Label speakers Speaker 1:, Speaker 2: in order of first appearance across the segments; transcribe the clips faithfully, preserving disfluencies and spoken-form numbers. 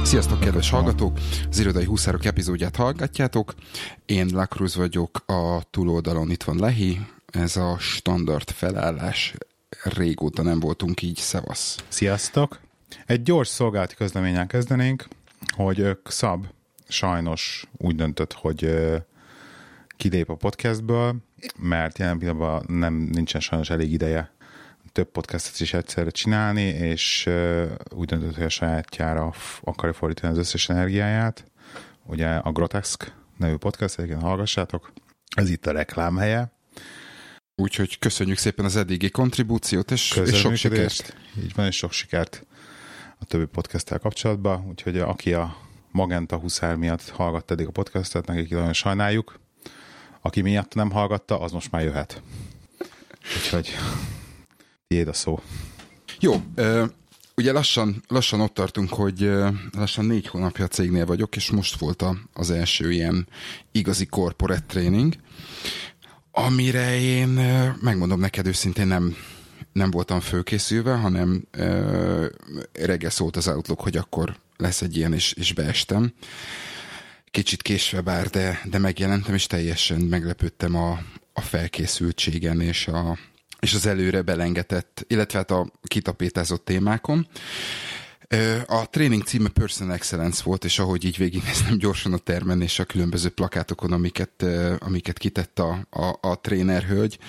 Speaker 1: Sziasztok, kedves hallgatók! Az Irodai Huszárok epizódját hallgatjátok. Én Lakruz vagyok, a túloldalon itt van Lehi. Ez a standard felállás. Régóta nem voltunk így, szevasz!
Speaker 2: Sziasztok! Egy gyors szolgálati közleménnyel kezdenénk, hogy Xab sajnos úgy döntött, hogy kilép a podcastből, mert jelen pillanatban nem, nincsen sajnos elég ideje több podcastet is egyszerre csinálni, és uh, úgy döntött, hogy a sajátjára f- akarja fordítani az összes energiáját. Ugye a Grotesque nevű podcast, egyébként hallgassátok. Ez itt a reklámhelye.
Speaker 1: Úgyhogy köszönjük szépen az eddigi kontribúciót, és, és sok sikert.
Speaker 2: Így van, és sok sikert a többi podcasttel kapcsolatban. Úgyhogy aki a Magenta Huszár miatt hallgatta eddig a podcastet, nekik nagyon sajnáljuk. Aki miatt nem hallgatta, az most már jöhet. Úgyhogy tiéd a szó.
Speaker 1: Jó, ugye lassan, lassan ott tartunk, hogy lassan négy hónapja a cégnél vagyok, és most volt az első ilyen igazi corporate training, amire én, megmondom neked őszintén, nem, nem voltam fölkészülve, hanem reggel szólt az Outlook, hogy akkor lesz egy ilyen, és, és beestem. Kicsit késve bár, de, de megjelentem, és teljesen meglepődtem a, a felkészültségen, és a és az előre belengetett, illetve hát a kitapétázott témákon. A tréning címe Personal Excellence volt, és ahogy így végignéztem gyorsan a termen és a különböző plakátokon, amiket, amiket kitett a, a, a trénerhölgy,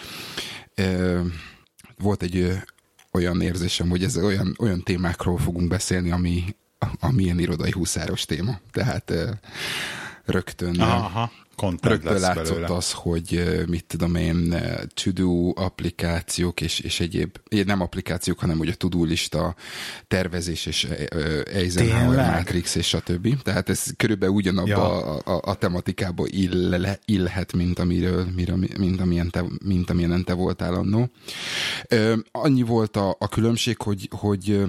Speaker 1: volt egy olyan érzésem, hogy ez olyan, olyan témákról fogunk beszélni, ami, ami ilyen irodai huszáros téma. Tehát rögtön...
Speaker 2: Aha.
Speaker 1: Rögtön látszott belőle az, hogy mit tudom én, to-do applikációk és, és egyéb, nem applikációk, hanem ugye a to-do lista, tervezés és Eisenhower Matrix és stb. Tehát ez körülbelül ugyanabba ja. a, a, a tematikába ill, illhet, mint, amiről, mint, amilyen te, mint amilyen te voltál annó. Annyi volt a, a különbség, hogy, hogy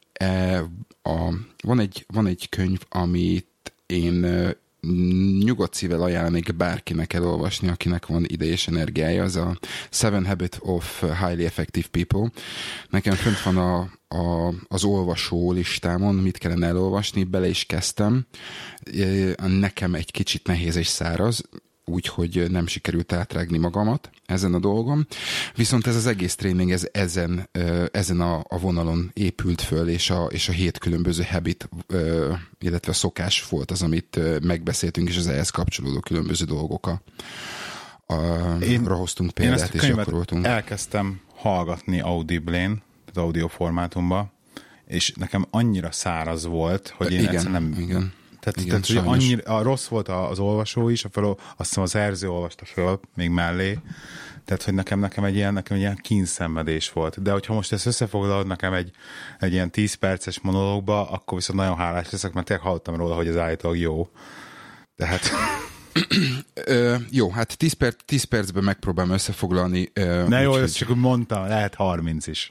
Speaker 1: a, van, egy, van egy könyv, amit én nyugodt szívvel ajánlanék bárkinek elolvasni, akinek van ideje és energiája, az a Seven Habits of Highly Effective People. Nekem fönt van a, a, az olvasó listámon, mit kellene elolvasni, bele is kezdtem. Nekem egy kicsit nehéz és száraz, úgyhogy nem sikerült átrágni magamat ezen a dolgon. Viszont ez az egész tréning ez ezen, ezen a, a vonalon épült föl, és a, és a hét különböző habit, illetve a szokás volt az, amit megbeszéltünk, és az ehhez kapcsolódó különböző dolgok. Arra hoztunk példát, és gyakoroltunk.
Speaker 2: Elkezdtem hallgatni Audible-n, tehát audio formátumban, és nekem annyira száraz volt, hogy én
Speaker 1: igen,
Speaker 2: egyszerűen nem...
Speaker 1: Igen.
Speaker 2: Tehát, igen, tehát hogy annyira, a rossz volt az olvasó is, a fel, azt hiszem az szerző olvasta föl, még mellé, tehát hogy nekem, nekem, egy ilyen, nekem egy ilyen kínszenvedés volt. De hogyha most ezt összefoglalod nekem egy, egy ilyen tíz perces monológba, akkor viszont nagyon hálás leszek, mert tényleg hallottam róla, hogy az állítólag jó. Tehát...
Speaker 1: Ö, jó, hát tíz, perc, tíz percben megpróbálom összefoglalni. Ö,
Speaker 2: ne jó,
Speaker 1: hogy...
Speaker 2: ezt csak úgy mondtam, lehet harminc is.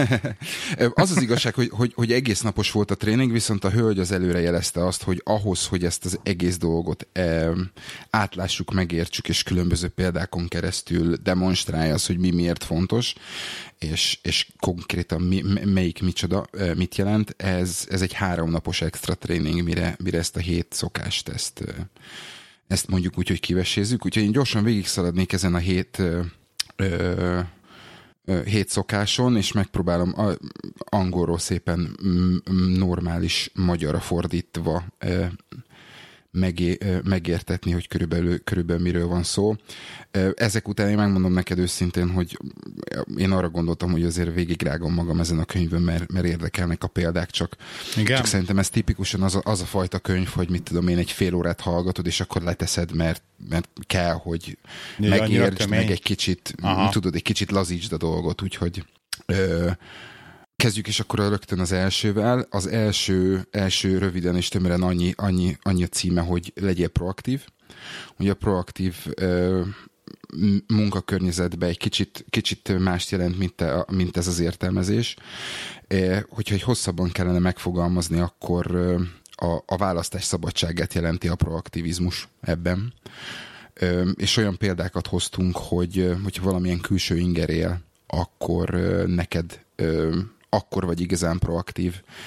Speaker 1: Az az igazság, hogy, hogy, hogy egész napos volt a tréning, viszont a hölgy az előre jelezte azt, hogy ahhoz, hogy ezt az egész dolgot e, átlássuk, megértsük, és különböző példákon keresztül demonstrálja az, hogy mi miért fontos, és, és konkrétan mi, melyik micsoda, mit jelent, ez, ez egy háromnapos extra tréning, mire, mire ezt a hét szokást ezt... Ezt mondjuk úgy, hogy kivesézzük. Úgyhogy én gyorsan végigszaladnék ezen a hét, ö, ö, hét szokáson, és megpróbálom angolról szépen normális magyarra fordítva ö, megé, megértetni, hogy körülbelül, körülbelül miről van szó. Ezek után én megmondom neked őszintén, hogy én arra gondoltam, hogy azért végigrágom magam ezen a könyvön, mert, mert érdekelnek a példák, csak, csak szerintem ez tipikusan az a, az a fajta könyv, hogy mit tudom én, egy fél órát hallgatod, és akkor leteszed, mert, mert kell, hogy ja, megértsd, meg egy kicsit, aha. tudod, egy kicsit lazítsd a dolgot, úgyhogy ö, kezdjük is akkor rögtön az elsővel. Az első, első röviden és tömören annyi, annyi, annyi a címe, hogy legyél proaktív. Ugye a proaktív ö, munkakörnyezetben egy kicsit, kicsit mást jelent, mint, te, mint ez az értelmezés. E, hogyha egy hosszabban kellene megfogalmazni, akkor a, a választás szabadságát jelenti a proaktivizmus ebben. E, és olyan példákat hoztunk, hogy hogyha valamilyen külső inger él, akkor neked akkor vagy igazán proaktív,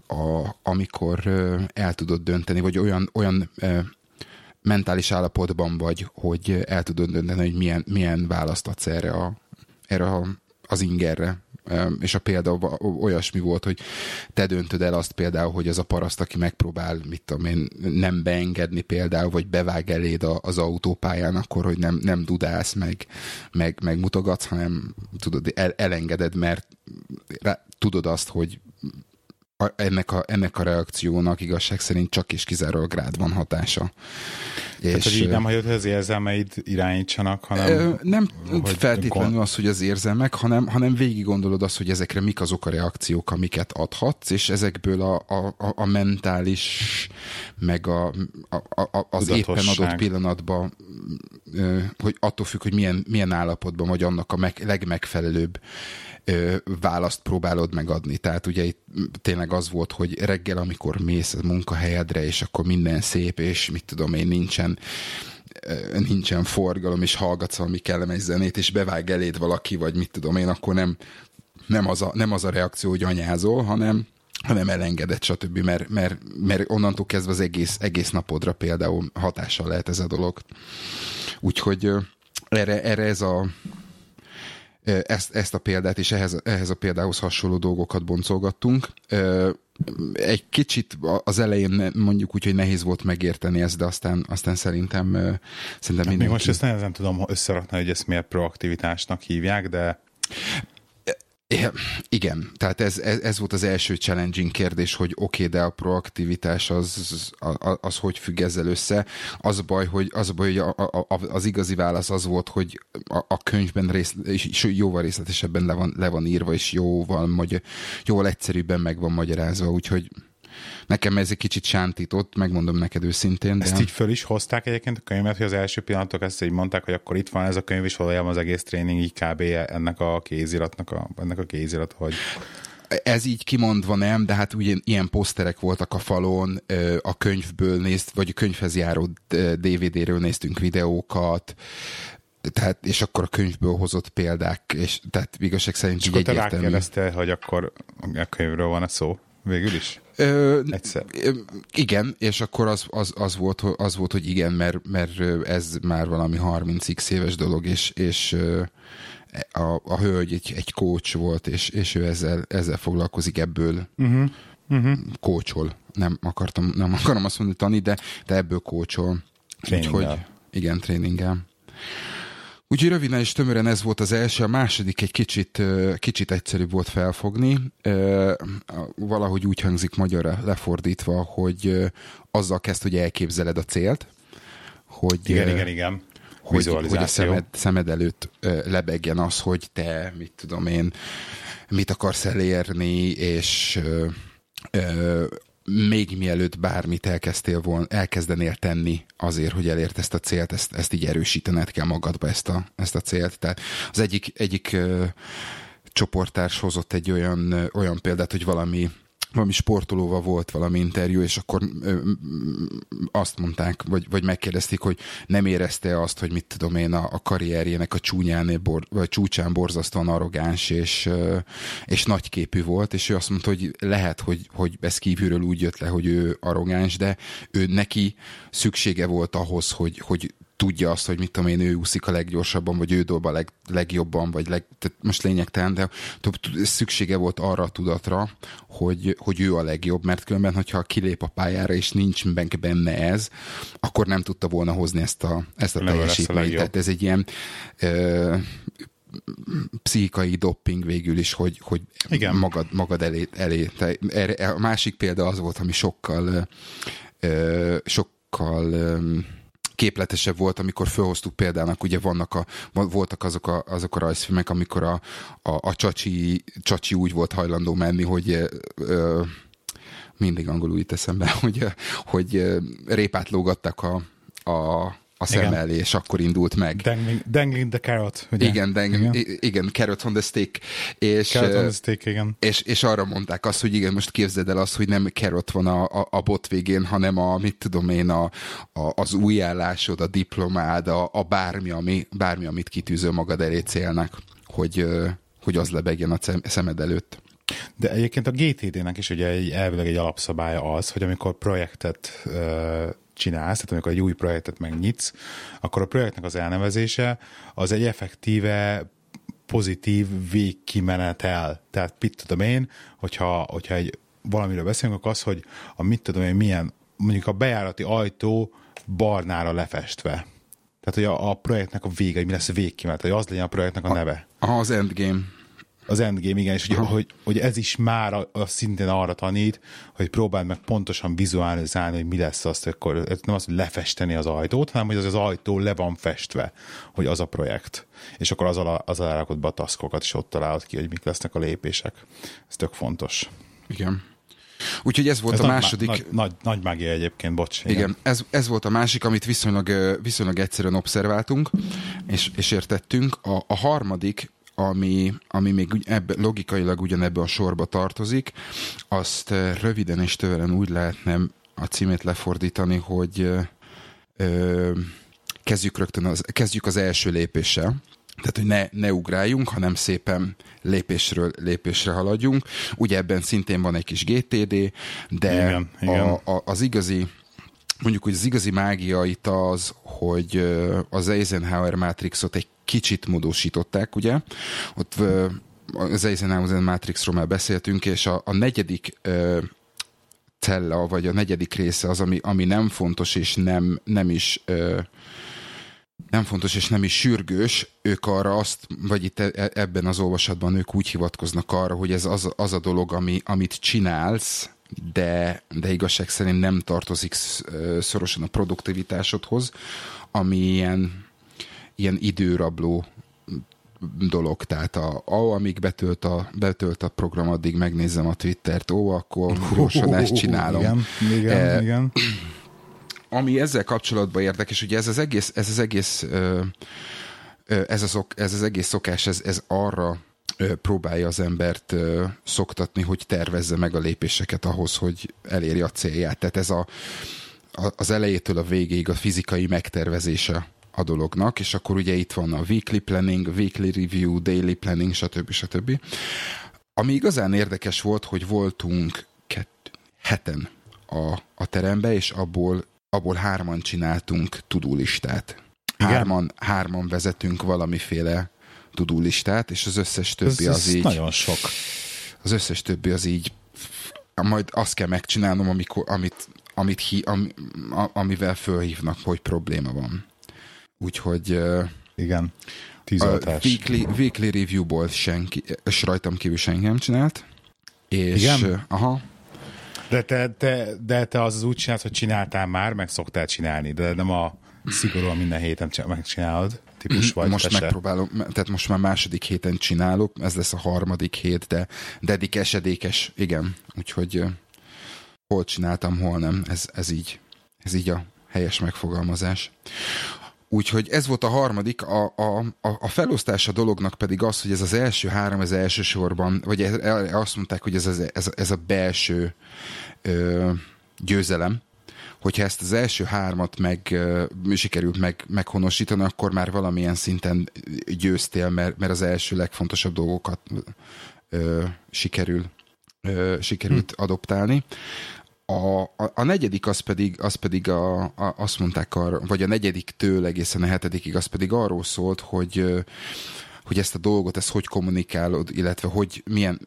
Speaker 1: a, amikor el tudod dönteni, vagy olyan, olyan mentális állapotban vagy, hogy el tudod dönteni, hogy milyen, milyen választ adsz erre, a, erre a, az ingerre. És a példa olyasmi volt, hogy te döntöd el azt például, hogy az a paraszt, aki megpróbál, mit tudom én, nem beengedni például, vagy bevág eléd az autópályán, akkor, hogy nem, nem dudálsz, meg, meg, meg mutogatsz, hanem tudod, el, elengeded, mert rá, tudod azt, hogy a, ennek, a, ennek a reakciónak igazság szerint csak és kizárólag rád van hatása.
Speaker 2: Tehát, és, hogy így nem hagyod, hogy az érzelmeid irányítsanak, hanem...
Speaker 1: Nem feltétlenül gond... az, hogy az érzelmek, hanem, hanem végig gondolod azt, hogy ezekre mik azok a reakciók, amiket adhatsz, és ezekből a, a, a mentális, meg a, a, a, az éppen adott pillanatban, hogy attól függ, hogy milyen, milyen állapotban vagy, annak a meg, legmegfelelőbb választ próbálod megadni. Tehát ugye itt tényleg az volt, hogy reggel, amikor mész a munkahelyedre, és akkor minden szép, és mit tudom én, nincsen nincsen forgalom, és hallgatsz valami kellemes zenét, és bevág eléd valaki, vagy mit tudom én, akkor nem, nem, az, a, nem az a reakció, hogy anyázol, hanem, hanem elengedett, stb. Mert, mert, mert onnantól kezdve az egész, egész napodra például hatással lehet ez a dolog. Úgyhogy erre, erre ez a Ezt, ezt a példát és ehhez, ehhez a példához hasonló dolgokat boncolgattunk. Egy kicsit az elején mondjuk úgy, hogy nehéz volt megérteni ezt, de aztán, aztán szerintem, szerintem hát mindenki...
Speaker 2: Még most ezt nehezen tudom összerakni, hogy ezt miért proaktivitásnak hívják, de...
Speaker 1: Igen, tehát ez, ez, ez volt az első challenging kérdés, hogy oké, okay, de a proaktivitás az, az, az hogy függ ezzel össze. Az a baj, hogy, az, a baj, hogy a, a, az igazi válasz az volt, hogy a, a könyvben rész, és jóval részletesebben le van, le van írva, és jóval, magyar, jóval egyszerűbben meg van magyarázva, úgyhogy nekem ez egy kicsit sántított, megmondom neked őszintén. De...
Speaker 2: Ezt így föl is hozták egyébként a könyvet, hogy az első pillanatok ezt így mondták, hogy akkor itt van ez a könyv, és valójában az egész tréning így kb. ennek a kéziratnak a, ennek a kézirat, hogy...
Speaker 1: Ez így kimondva nem, de hát ugye ilyen poszterek voltak a falon, a könyvből nézt, vagy a könyvhez járó dé vé dé-ről néztünk videókat, tehát, és akkor a könyvből hozott példák, és tehát igazság szerint
Speaker 2: így egyértelmű. És akkor te rákérdeztél, hogy akkor a könyvről van a szó végül is?
Speaker 1: Ö, igen, és akkor az, az, az, volt, az volt, hogy igen, mert, mert ez már valami harminc éves dolog, és, és a, a hölgy egy, egy coach volt, és, és ő ezzel, ezzel foglalkozik, ebből uh-huh. Uh-huh. coachol. Nem akartam, nem akarom azt mondani, Tani, de, de ebből coachol. Úgyhogy igen, tréninggel. Úgyhogy röviden és tömören ez volt az első, a második egy kicsit, kicsit egyszerűbb volt felfogni. Valahogy úgy hangzik magyarra lefordítva, hogy azzal kezd, hogy elképzeled a célt. Hogy,
Speaker 2: igen, igen, igen.
Speaker 1: Hogy, hogy a szemed, szemed előtt lebegjen az, hogy te, mit tudom én, mit akarsz elérni, és még mielőtt bármit elkezdtél volna, elkezdenél tenni azért, hogy elért ezt a célt, ezt, ezt így erősítened kell magadba ezt a, ezt a célt. Tehát az egyik, egyik ö, csoporttárs hozott egy olyan, olyan példát, hogy valami, valami sportolóval volt valami interjú, és akkor ö, azt mondták, vagy, vagy megkérdezték, hogy nem érezte azt, hogy mit tudom én, a, a karrierjének a csúnyán, bor, vagy csúcsán borzasztóan arrogáns, és, ö, és nagyképű volt, és ő azt mondta, hogy lehet, hogy, hogy ez kívülről úgy jött le, hogy ő arrogáns, de ő neki szüksége volt ahhoz, hogy, hogy tudja azt, hogy mit tudom én, ő úszik a leggyorsabban, vagy ő dob a leg, legjobban, vagy leg, tehát most lényegtelen, de szüksége volt arra a tudatra, hogy, hogy ő a legjobb, mert különben, hogyha kilép a pályára, és nincs benne ez, akkor nem tudta volna hozni ezt a, ezt a teljesítményt. Tehát ez egy ilyen ö, pszichikai dopping végül is, hogy, hogy magad, magad elé. elé. Erre, a másik példa az volt, ami sokkal ö, sokkal ö, képletesebb volt, amikor felhoztuk példának, ugye vannak a, voltak azok a, azok a rajzfilmek, amikor a, a, a csacsi, csacsi úgy volt hajlandó menni, hogy ö, mindig angolul itt eszembe, hogy, hogy répát lógattak a, a a szem elé, és akkor indult meg.
Speaker 2: Dangling, dangling the carrot. Ugye?
Speaker 1: Igen, dang, igen. igen, carrot on the stick. És,
Speaker 2: carrot on the stick, igen.
Speaker 1: És, és arra mondták azt, hogy igen, most képzeld el azt, hogy nem carrot van a, a, a bot végén, hanem a, mit tudom én, a, a, az új állásod, a diplomád, a, a bármi, ami, bármi, amit kitűzöl magad elé célnak, hogy, hogy az lebegjen a szemed előtt.
Speaker 2: De egyébként a gé té dé-nek is ugye egy, elvileg egy alapszabálya az, hogy amikor projektet uh, csinálsz, tehát amikor egy új projektet megnyitsz, akkor a projektnek az elnevezése az egy effektíve pozitív végkimenetel. Tehát mit tudom én, hogyha, hogyha egy valamiről beszélünk, akkor az, hogy a mit tudom én milyen, mondjuk a bejárati ajtó barnára lefestve. Tehát, hogy a, a projektnek a vége, hogy mi lesz a végkimenet, hogy az legyen a projektnek a neve.
Speaker 1: Aha, az endgame.
Speaker 2: Az endgame, igen, és hogy, hogy, hogy ez is már a, a szintén arra tanít, hogy próbáld meg pontosan vizualizálni, hogy mi lesz azt, akkor nem az, hogy lefesteni az ajtót, hanem hogy az, az ajtó le van festve, hogy az a projekt. És akkor az alá, az alá rakod be a taskokat, és ott találod ki, hogy mik lesznek a lépések. Ez tök fontos.
Speaker 1: Igen. Úgyhogy ez volt ez a
Speaker 2: nagy,
Speaker 1: második...
Speaker 2: Nagy, nagy, nagy mágia egyébként, bocs.
Speaker 1: Igen, igen ez, ez volt a másik, amit viszonylag, viszonylag egyszerűen obszerváltunk, és, és értettünk. A, a harmadik, ami, ami még ebbe, logikailag ugyanebbe a sorba tartozik, azt röviden és tövelen úgy lehetne a címét lefordítani, hogy ö, kezdjük rögtön az, kezdjük az első lépéssel. Tehát, hogy ne, ne ugráljunk, hanem szépen lépésről lépésre haladjunk. Ugye ebben szintén van egy kis gé té dé, de
Speaker 2: igen, igen.
Speaker 1: A, a, az igazi, mondjuk, hogy az igazi mágia itt az, hogy az Eisenhower Matrixot egy kicsit módosították, ugye? Ott az Eisenhower Matrixról már beszéltünk, és a, a negyedik ö, cella, vagy a negyedik része az, ami, ami nem fontos, és nem, nem is... Ö, nem fontos és nem is sürgős, ők arra azt, vagy itt ebben az olvasatban ők úgy hivatkoznak arra, hogy ez az, az a dolog, ami, amit csinálsz, de, de igazság szerint nem tartozik szorosan a produktivitásodhoz, ami ilyen, ilyen időrabló dolog, tehát a, a, amíg betölt a, betölt a program, addig megnézem a Twittert, ó, akkor gyorsan ezt csinálom.
Speaker 2: Igen, igen, e, igen.
Speaker 1: Ami ezzel kapcsolatban érdekes, ugye ez az egész, ez az egész, ez az, ez az egész szokás, ez, ez arra próbálja az embert szoktatni, hogy tervezze meg a lépéseket ahhoz, hogy elérje a célját. Tehát ez a, az elejétől a végéig a fizikai megtervezése a dolognak, és akkor ugye itt van a weekly planning, weekly review, daily planning, stb. stb. Ami igazán érdekes volt, hogy voltunk kettő, heten a, a terembe, és abból abból hárman csináltunk tudulistát. Hárman, hárman vezetünk valamiféle tudulistát, és az összes többi
Speaker 2: ez,
Speaker 1: az
Speaker 2: ez
Speaker 1: így...
Speaker 2: nagyon sok.
Speaker 1: Az összes többi az így... Majd azt kell megcsinálnom, amikor, amit, amit hi, am, amivel fölhívnak, hogy probléma van. Úgyhogy...
Speaker 2: Igen.
Speaker 1: Tízoltás. A weekly, weekly review-ból senki, és rajtam kívül senki nem csinált. És...
Speaker 2: Igen?
Speaker 1: Aha.
Speaker 2: De te, te, de te az, az úgy csinálsz, hogy csináltál már, meg szoktál csinálni, de nem a szigorúan minden héten megcsinálod típus vagy.
Speaker 1: Most megpróbálom, tehát most már második héten csinálok, ez lesz a harmadik hét, de, de eddig esedékes, igen. Úgyhogy hol csináltam, hol nem, ez, ez így, ez így a helyes megfogalmazás. Úgyhogy ez volt a harmadik, a, a, a felosztás a dolognak pedig az, hogy ez az első három, ez elsősorban, vagy azt mondták, hogy ez, az, ez, ez a belső ö, győzelem, hogyha ezt az első hármat meg ö, sikerült meg, meghonosítani, akkor már valamilyen szinten győztél, mert, mert az első legfontosabb dolgokat ö, sikerül, ö, sikerült hm. adoptálni. A, a, a negyedik az pedig, az pedig a, a, azt mondták arra, vagy a negyediktől egészen a hetedikig az pedig arról szólt, hogy, hogy ezt a dolgot, ezt hogy kommunikálod, illetve hogy milyen,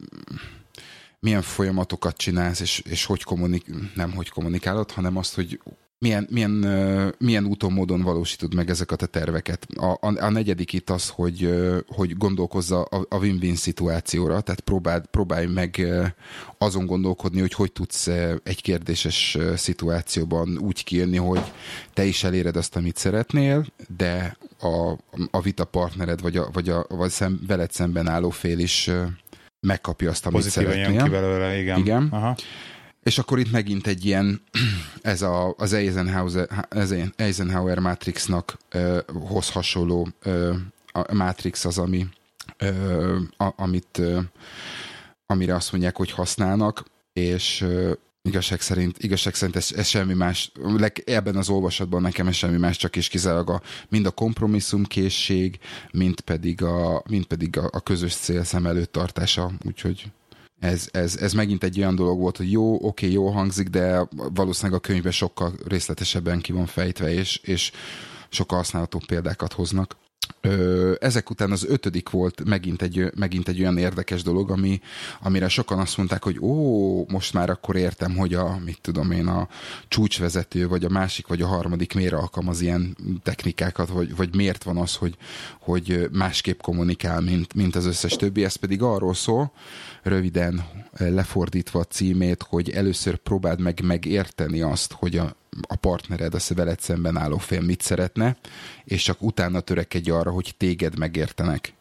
Speaker 1: milyen folyamatokat csinálsz, és, és hogy kommunik, nem hogy kommunikálod, hanem azt, hogy milyen, milyen, milyen úton, módon valósítod meg ezeket a terveket. A, a, a negyedik itt az, hogy, hogy gondolkozza a, a win-win szituációra, tehát próbáld, próbálj meg azon gondolkodni, hogy hogy tudsz egy kérdéses szituációban úgy kijönni, hogy te is eléred azt, amit szeretnél, de a, a vita partnered, vagy, a, vagy, a, vagy szem, veled szemben álló fél is megkapja azt, amit
Speaker 2: pozitívan
Speaker 1: szeretnél.
Speaker 2: Jön ki belőle, igen.
Speaker 1: Igen.
Speaker 2: Aha.
Speaker 1: És akkor itt megint egy ilyen, ez a, az Eisenhower, Eisenhower Matrixnak uh, hoz hasonló uh, a Matrix az, ami, uh, a, amit, uh, amire azt mondják, hogy használnak, és uh, igazság szerint, igazság szerint ez, ez semmi más, ebben az olvasatban nekem ez semmi más, csak és kizárólag a, mind a kompromisszumkészség, mind pedig a, mind pedig a, a közös cél szem előtt tartása, úgyhogy Ez, ez, ez megint egy olyan dolog volt, hogy jó, oké, jó hangzik, de valószínűleg a könyvben sokkal részletesebben ki van fejtve, és, és sokkal használhatóbb példákat hoznak. Ezek után az ötödik volt megint egy, megint egy olyan érdekes dolog, ami, amire sokan azt mondták, hogy ó, most már akkor értem, hogy a, mit tudom én, a csúcsvezető, vagy a másik, vagy a harmadik miért alkalmaz ilyen technikákat, vagy, vagy miért van az, hogy, hogy másképp kommunikál, mint, mint az összes többi. Ez pedig arról szól, röviden lefordítva a címét, hogy először próbáld meg megérteni azt, hogy a a partnered, a veled szemben álló fél mit szeretne, és csak utána törekedj arra, hogy téged megértenek.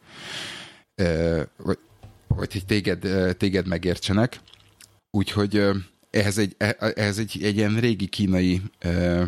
Speaker 1: Ö, vagy, vagy hogy téged, téged megértsenek. Úgyhogy ehhez egy, ehhez egy, egy ilyen régi kínai ö,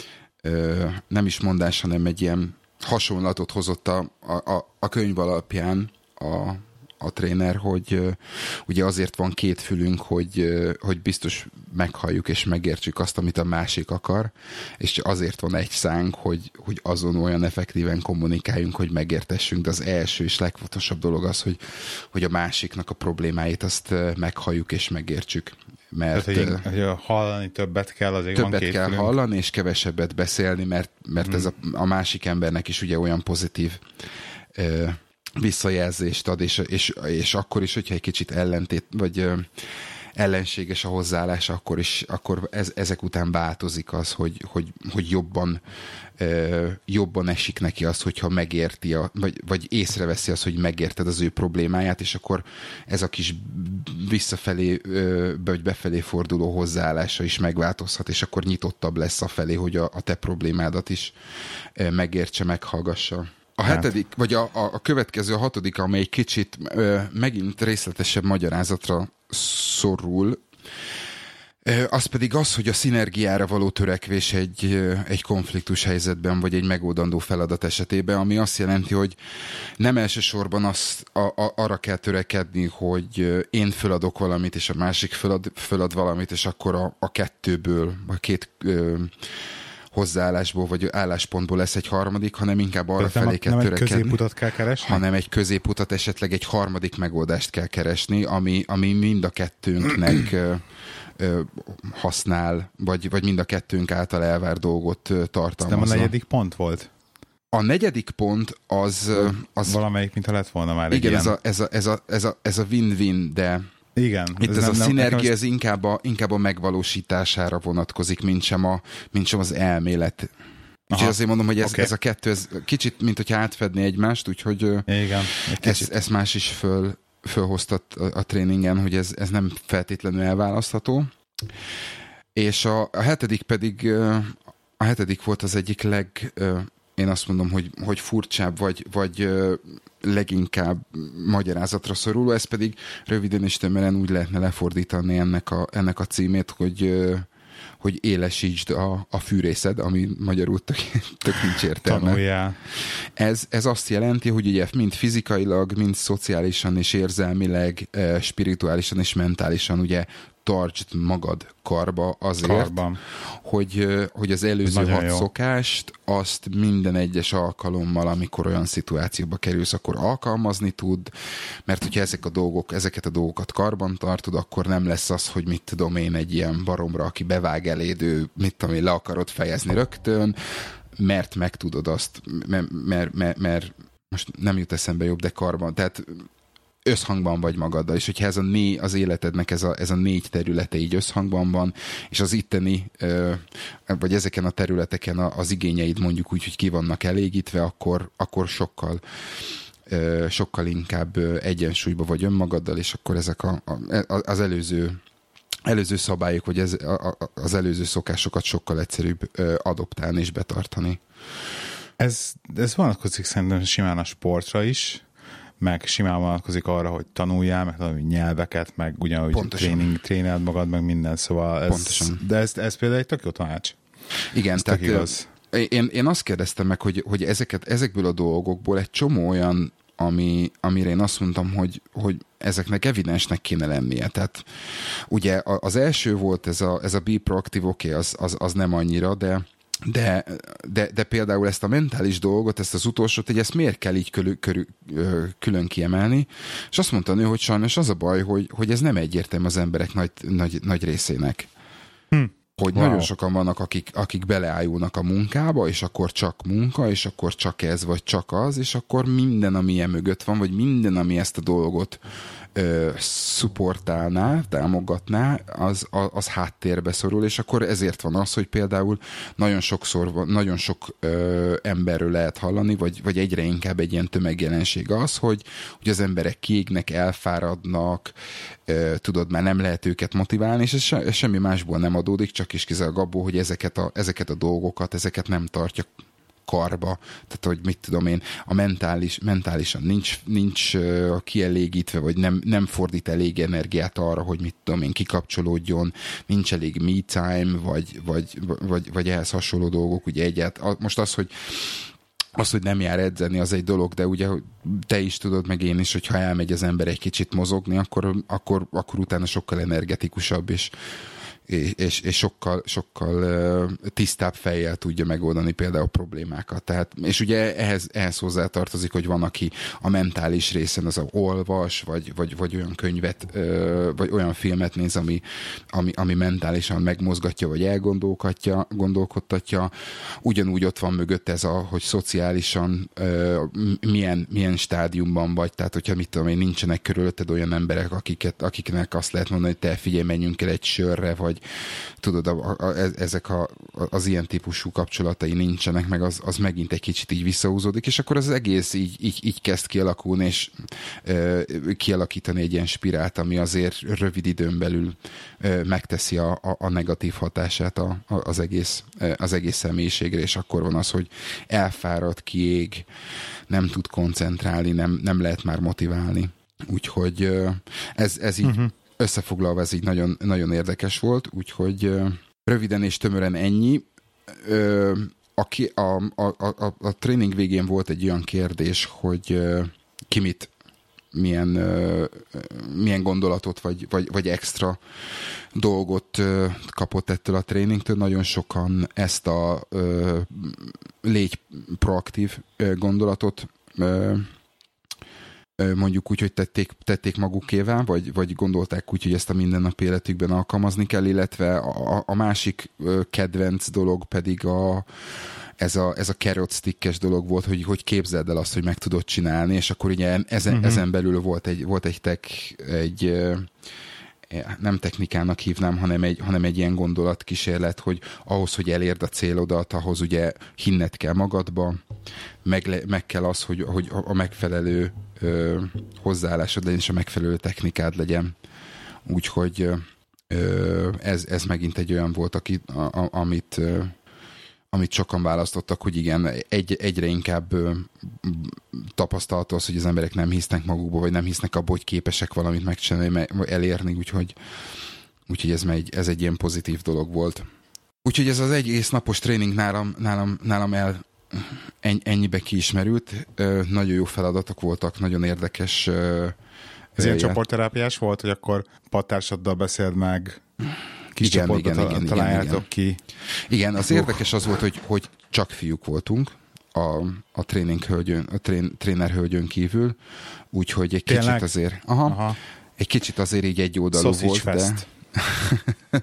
Speaker 1: ö, nem is mondás, hanem egy ilyen hasonlatot hozott a, a, a könyv alapján a a tréner, hogy uh, ugye azért van két fülünk, hogy, uh, hogy biztos meghalljuk és megértsük azt, amit a másik akar, és azért van egy szánk, hogy, hogy azon olyan effektíven kommunikáljunk, hogy megértessünk, de az első és legfontosabb dolog az, hogy, hogy a másiknak a problémáit azt uh, meghalljuk és megértsük. Mert,
Speaker 2: Tehát, hogy, hogy hallani többet kell, azért
Speaker 1: többet
Speaker 2: van két
Speaker 1: kell
Speaker 2: fülünk.
Speaker 1: hallani, és kevesebbet beszélni, mert, mert hmm. ez a, a másik embernek is ugye olyan pozitív uh, visszajelzést ad, és, és, és akkor is, hogyha egy kicsit ellentét, vagy ö, ellenséges a hozzáállás, akkor is, akkor ez, ezek után változik az, hogy, hogy, hogy jobban, ö, jobban esik neki az, hogyha megérti, a, vagy, vagy észreveszi az, hogy megérted az ő problémáját, és akkor ez a kis visszafelé, ö, vagy befelé forduló hozzáállása is megváltozhat, és akkor nyitottabb lesz a felé, hogy a, a te problémádat is ö, megértse, meghallgassa. A hetedik, vagy a, a, a következő, a hatodik, amely kicsit ö, megint részletesebb magyarázatra szorul, ö, az pedig az, hogy a szinergiára való törekvés egy, ö, egy konfliktus helyzetben, vagy egy megoldandó feladat esetében, ami azt jelenti, hogy nem elsősorban azt, a, a, arra kell törekedni, hogy én föladok valamit, és a másik fölad, fölad valamit, és akkor a, a kettőből, a két ö, hozzáállásból, vagy álláspontból lesz egy harmadik, hanem inkább arra
Speaker 2: nem,
Speaker 1: felé kell
Speaker 2: nem
Speaker 1: törekedni.
Speaker 2: egy középutat kell keresni?
Speaker 1: Hanem egy középutat, esetleg egy harmadik megoldást kell keresni, ami, ami mind a kettőnknek ö, ö, használ, vagy, vagy mind a kettőnk által elvár dolgot ö, tartalmazza.
Speaker 2: Ez nem a negyedik pont volt?
Speaker 1: A negyedik pont az... az
Speaker 2: valamelyik, mintha lett volna már
Speaker 1: igen,
Speaker 2: egy
Speaker 1: ez a, ez, a, ez, a, ez, a, ez a win-win, de...
Speaker 2: Igen.
Speaker 1: Itt ez, ez a
Speaker 2: nem,
Speaker 1: szinergia,
Speaker 2: nem,
Speaker 1: ez inkább a, inkább a megvalósítására vonatkozik, mint sem, a, mint sem az elmélet. Úgyhogy azért mondom, hogy ez, okay. ez a kettő, ez kicsit, mint hogyha átfedné egymást, úgyhogy
Speaker 2: igen,
Speaker 1: ezt, ezt más is föl, fölhoztat a, a tréningen, hogy ez, ez nem feltétlenül elválasztható. És a, a hetedik pedig, a hetedik volt az egyik leg... én azt mondom, hogy, hogy furcsább, vagy, vagy leginkább magyarázatra szoruló, ez pedig röviden és tömören úgy lehetne lefordítani ennek a, ennek a címét, hogy, hogy élesítsd a, a fűrészed, ami magyarul tök, tök nincs értelme.
Speaker 2: Tanuljál.
Speaker 1: Ez, ez azt jelenti, hogy ugye mind fizikailag, mind szociálisan és érzelmileg, spirituálisan és mentálisan ugye tartsd magad karba azért, Karban. Hogy, hogy az előző hat jó. szokást azt minden egyes alkalommal, amikor olyan szituációba kerülsz, akkor alkalmazni tud, mert hogyha ezek a dolgok, ezeket a dolgokat karban tartod, akkor nem lesz az, hogy mit tudom én egy ilyen baromra, aki bevág eléd, ő mit tudom én, le akarod fejezni rögtön, mert megtudod azt, mert, mert, mert, mert most nem jut eszembe jobb, de karban, tehát összhangban vagy magaddal, és hogyha ez a né, az életednek ez a, ez a négy területe így összhangban van, és az itteni, vagy ezeken a területeken az igényeid mondjuk úgy, hogy ki vannak elégítve, akkor, akkor sokkal, sokkal inkább egyensúlyba vagy önmagaddal, és akkor ezek a, az előző előző szabályok, vagy ez, az előző szokásokat sokkal egyszerűbb adoptálni és betartani.
Speaker 2: Ez, ez vonatkozik szerintem simán a sportra is, meg simán vonatkozik arra, hogy tanuljál, meg tanulj nyelveket, meg ugyanúgy tréning, tréneld magad, meg minden, szóval ez,
Speaker 1: Pontosan.
Speaker 2: De ez, ez például egy tök jó tanács.
Speaker 1: Igen, ez tehát én, én azt kérdeztem meg, hogy, hogy ezeket, ezekből a dolgokból egy csomó olyan, ami, amire én azt mondtam, hogy, hogy ezeknek evidensnek kéne lennie. Tehát ugye az első volt ez a, ez a be proactive, oké, okay, az, az, az nem annyira, de De, de, de például ezt a mentális dolgot, ezt az utolsót, hogy ezt miért kell így körül, körül, külön kiemelni, és azt mondta a nő, hogy sajnos az a baj, hogy, hogy ez nem egyértelmű az emberek nagy, nagy, nagy részének. Hm. Hogy wow. Nagyon sokan vannak, akik, akik beleállulnak a munkába, és akkor csak munka, és akkor csak ez, vagy csak az, és akkor minden, ami ilyen mögött van, vagy minden, ami ezt a dolgot ö, szupportálná, támogatná, az, az háttérbe szorul, és akkor ezért van az, hogy például nagyon sokszor, nagyon sok ö, emberről lehet hallani, vagy, vagy egyre inkább egy ilyen tömegjelenség az, hogy, hogy az emberek kiégnek, elfáradnak, ö, tudod, már nem lehet őket motiválni, és ez, se, ez semmi másból nem adódik, csak is kizárólag abból, hogy ezeket a, ezeket a dolgokat, ezeket nem tartja karba, tehát hogy mit tudom én, a mentális, mentálisan nincs, nincs uh, kielégítve, vagy nem, nem fordít elég energiát arra, hogy mit tudom én, kikapcsolódjon, nincs elég me time, vagy, vagy, vagy, vagy ehhez hasonló dolgok, ugye egyáltalán. Most az, hogy az, hogy nem jár edzeni, az egy dolog, de ugye te is tudod, meg én is, hogy ha elmegy az ember egy kicsit mozogni, akkor, akkor, akkor utána sokkal energetikusabb, és és, és sokkal, sokkal tisztább fejjel tudja megoldani például a problémákat. Tehát, és ugye ehhez, ehhez hozzátartozik, hogy van, aki a mentális részen az a olvas, vagy, vagy, vagy olyan könyvet, vagy olyan filmet néz, ami, ami, ami mentálisan megmozgatja, vagy elgondolkodtatja, gondolkodtatja. Ugyanúgy ott van mögött ez a, hogy szociálisan milyen, milyen stádiumban vagy, tehát hogyha mit tudom én, nincsenek körülötted olyan emberek, akiket, akiknek azt lehet mondani, hogy te figyelj, menjünk el egy sörre, vagy tudod, a, a, ezek a, az ilyen típusú kapcsolatai nincsenek, meg az, az megint egy kicsit így visszahúzódik, és akkor az egész így, így, így kezd kialakulni, és ö, kialakítani egy ilyen spirált, ami azért rövid időn belül ö, megteszi a, a, a negatív hatását a, a, az, egész, az egész személyiségre, és akkor van az, hogy elfárad, kiég, nem tud koncentrálni, nem, nem lehet már motiválni. Úgyhogy ö, ez, ez így uh-huh. összefoglalva ez így nagyon, nagyon érdekes volt, úgyhogy ö, röviden és tömören ennyi. Ö, a, a, a, a, a tréning végén volt egy olyan kérdés, hogy ö, ki mit, milyen, ö, milyen gondolatot, vagy, vagy, vagy extra dolgot ö, kapott ettől a tréningtől. Nagyon sokan ezt a ö, légy proaktív ö, gondolatot ö, mondjuk úgy, hogy tették, tették magukévá, vagy, vagy gondolták úgy, hogy ezt a mindennapi életükben alkalmazni kell, illetve a, a másik kedvenc dolog pedig a, ez a, ez a carrot stickes dolog volt, hogy, hogy képzeld el azt, hogy meg tudod csinálni, és akkor ugye ezen, uh-huh. ezen belül volt egy, volt egy tech, egy nem technikának hívnám, hanem egy, hanem egy ilyen gondolatkísérlet, hogy ahhoz, hogy elérd a célodat, ahhoz ugye hinned kell magadba, meg, le, meg kell az, hogy, hogy a megfelelő ö, hozzáállásod legyen, és a megfelelő technikád legyen. Úgyhogy ö, ez, ez megint egy olyan volt, aki, a, a, amit, ö, amit sokan választottak, hogy igen, egy, egyre inkább ö, tapasztalható az, hogy az emberek nem hisznek magukba, vagy nem hisznek abba, hogy képesek valamit megcsinálni, elérni, úgyhogy, úgyhogy ez, megy, ez egy ilyen pozitív dolog volt. Úgyhogy ez az egész napos tréning nálam, nálam, nálam el ennyibe kiismerült. Nagyon jó feladatok voltak, nagyon érdekes.
Speaker 2: Ez ilyen csoportterápiás volt, hogy akkor pattársaddal beszéld meg, kis
Speaker 1: igen,
Speaker 2: csoportot
Speaker 1: igen, igen,
Speaker 2: találjátok
Speaker 1: igen,
Speaker 2: ki.
Speaker 1: Igen, az uh. érdekes az volt, hogy, hogy csak fiúk voltunk a, a tréning hölgyön, a trén, tréner hölgyön kívül, úgyhogy egy kicsit Tényleg? azért aha, aha. egy kicsit azért így egy oldalú volt,
Speaker 2: fest.
Speaker 1: de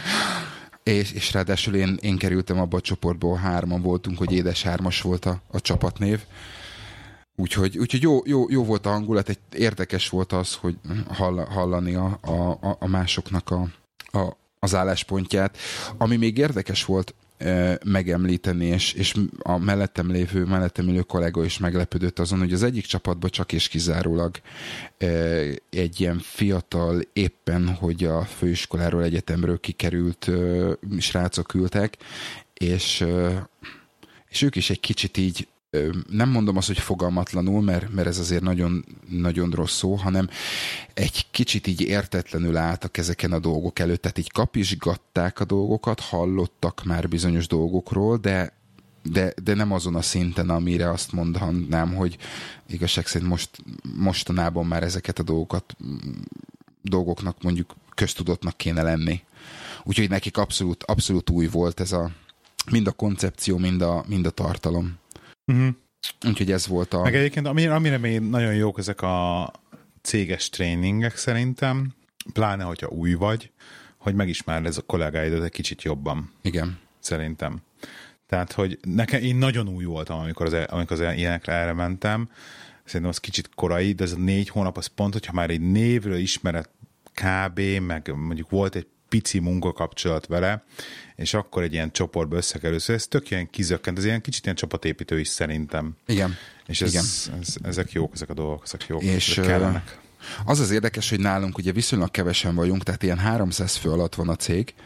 Speaker 1: és, és ráadásul én, én kerültem abba a csoportból, hárman voltunk, hogy édes hármas volt a, a csapatnév. Úgyhogy, úgyhogy jó, jó, jó volt a hangulat, egy érdekes volt az, hogy hall, hallani a, a, a másoknak a, a, az álláspontját. Ami még érdekes volt e, megemlíteni, és, és a mellettem lévő, mellettem ülő kollega is meglepődött azon, hogy az egyik csapatban csak és kizárólag e, egy ilyen fiatal, éppen, hogy a főiskoláról, egyetemről kikerült e, srácok ültek, és, e, és ők is egy kicsit így nem mondom azt, hogy fogalmatlanul, mert, mert ez azért nagyon, nagyon rossz szó, hanem egy kicsit így értetlenül álltak ezeken a dolgok előtt, tehát így kapizsgatták a dolgokat, hallottak már bizonyos dolgokról, de, de, de nem azon a szinten, amire azt mondanám, hogy igazság szerint most, mostanában már ezeket a dolgokat, dolgoknak mondjuk köztudottnak kéne lenni. Úgyhogy nekik abszolút, abszolút új volt ez a mind a koncepció, mind a, mind a tartalom.
Speaker 2: Uh-huh.
Speaker 1: Úgyhogy ez volt a...
Speaker 2: Meg egyébként, amire, amire még nagyon jók ezek a céges tréningek szerintem, pláne, hogyha új vagy, hogy megismered ez a kollégáidat egy kicsit jobban.
Speaker 1: Igen.
Speaker 2: Szerintem. Tehát, hogy nekem, én nagyon új voltam, amikor az, amikor az ilyenekre erre mentem. Szerintem az kicsit korai, de ez a négy hónap az pont, hogyha már egy névről ismered kb, meg mondjuk volt egy pici munkakapcsolat vele, és akkor egy ilyen csoportba összekerülsz. Ez tök ilyen kizökkent, ez ilyen kicsit ilyen csapatépítő is szerintem.
Speaker 1: Igen.
Speaker 2: És ez,
Speaker 1: Igen.
Speaker 2: Ez, ezek jók, ezek a dolgok, ezek jók,
Speaker 1: és
Speaker 2: ezek kellenek.
Speaker 1: Az az érdekes, hogy nálunk ugye viszonylag kevesen vagyunk, tehát ilyen háromszáz fő alatt van a cég,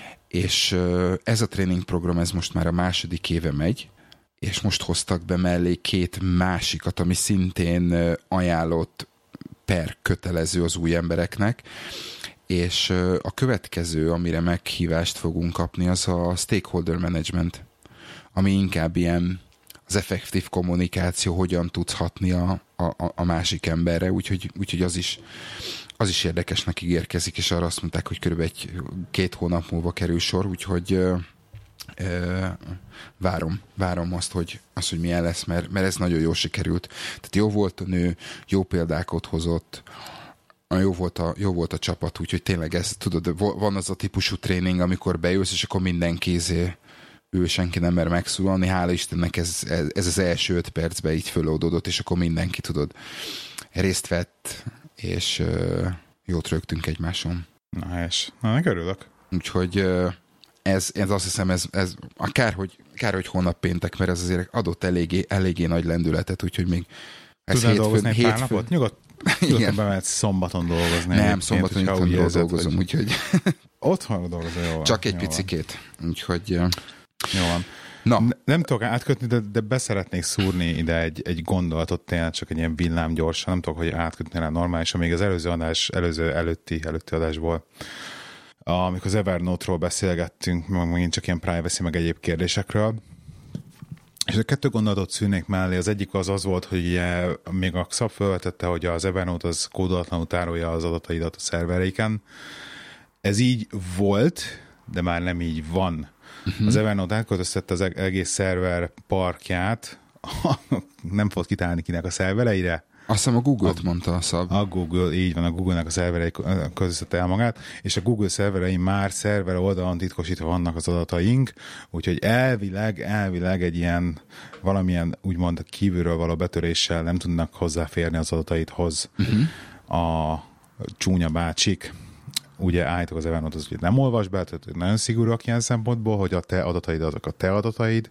Speaker 1: és ez a tréningprogram, ez most már a második éve megy, és most hoztak be mellé két másikat, ami szintén ajánlott per kötelező az új embereknek, és a következő, amire meghívást fogunk kapni, az a stakeholder management, ami inkább ilyen az effektív kommunikáció, hogyan tudsz hatni a, a, a másik emberre, úgyhogy, úgyhogy az is az is érdekesnek ígérkezik, és arra azt mondták, hogy körülbelül egy két hónap múlva kerül sor, úgyhogy ö, ö, várom, várom azt, hogy, azt, hogy milyen lesz, mert, mert ez nagyon jól sikerült. Tehát jó volt a nő, jó példákat hozott, jó volt a, jó volt a csapat, úgyhogy tényleg ez, tudod, van az a típusú tréning, amikor beülsz, és akkor mindenki izé ő senki nem mer megszólalni, hála Istennek ez, ez, ez az első öt percben így föloldódott, és akkor mindenki, tudod, részt vett, és uh, jót rögtünk egymáson.
Speaker 2: Na, helyes. Na, meg örülök.
Speaker 1: Úgyhogy uh, ez, ez azt hiszem, ez, ez akár, hogy, akár, hogy hónap péntek, mert ez azért adott eléggé, eléggé nagy lendületet, úgyhogy még ez
Speaker 2: tudnál dolgozni egy pár
Speaker 1: hétfőn...
Speaker 2: napot? Nyugodt, nyugodtan bemehetsz szombaton dolgozni.
Speaker 1: Nem, szombaton itthonról dolgozom,
Speaker 2: hogy...
Speaker 1: úgyhogy...
Speaker 2: Otthonról dolgozom, jó van.
Speaker 1: Csak egy
Speaker 2: jó
Speaker 1: picikét, úgyhogy... Uh...
Speaker 2: Jó van.
Speaker 1: Na.
Speaker 2: Ne, nem tudok átkötni, de, de beszeretnék szúrni ide egy, egy gondolatot, tényleg csak egy ilyen villám gyorsan, nem tudok, hogy átkötni rá normálisan, még az előző adás, előző előtti, előtti adásból, amikor az Evernote-ról beszélgettünk, meg megint csak ilyen privacy, meg egyéb kérdésekről, és a kettő gondolatot szűrnék mellé, az egyik az az volt, hogy ugye, még a szab felvetette, hogy az Evernote az kódolatlanul tárolja az adataidat a szervereiken. Ez így volt, de már nem így van. Uh-huh. Az Evernote átköltöztette az egész szerver parkját, nem fogod kitálni kinek a szervereire.
Speaker 1: Azt hiszem a Google-t a, mondta a szab.
Speaker 2: A Google, így van, a Google-nek a szerverei közötte el magát, és a Google szerverei már szerver oldalon titkosítva vannak az adataink, úgyhogy elvileg, elvileg egy ilyen valamilyen úgymond kívülről való betöréssel nem tudnak hozzáférni az adataidhoz uh-huh. a csúnya bácsik. Ugye állítok az Evernote, az ugye nem olvas be, tehát nagyon szigorúak ilyen szempontból, hogy a te adataid azok a te adataid.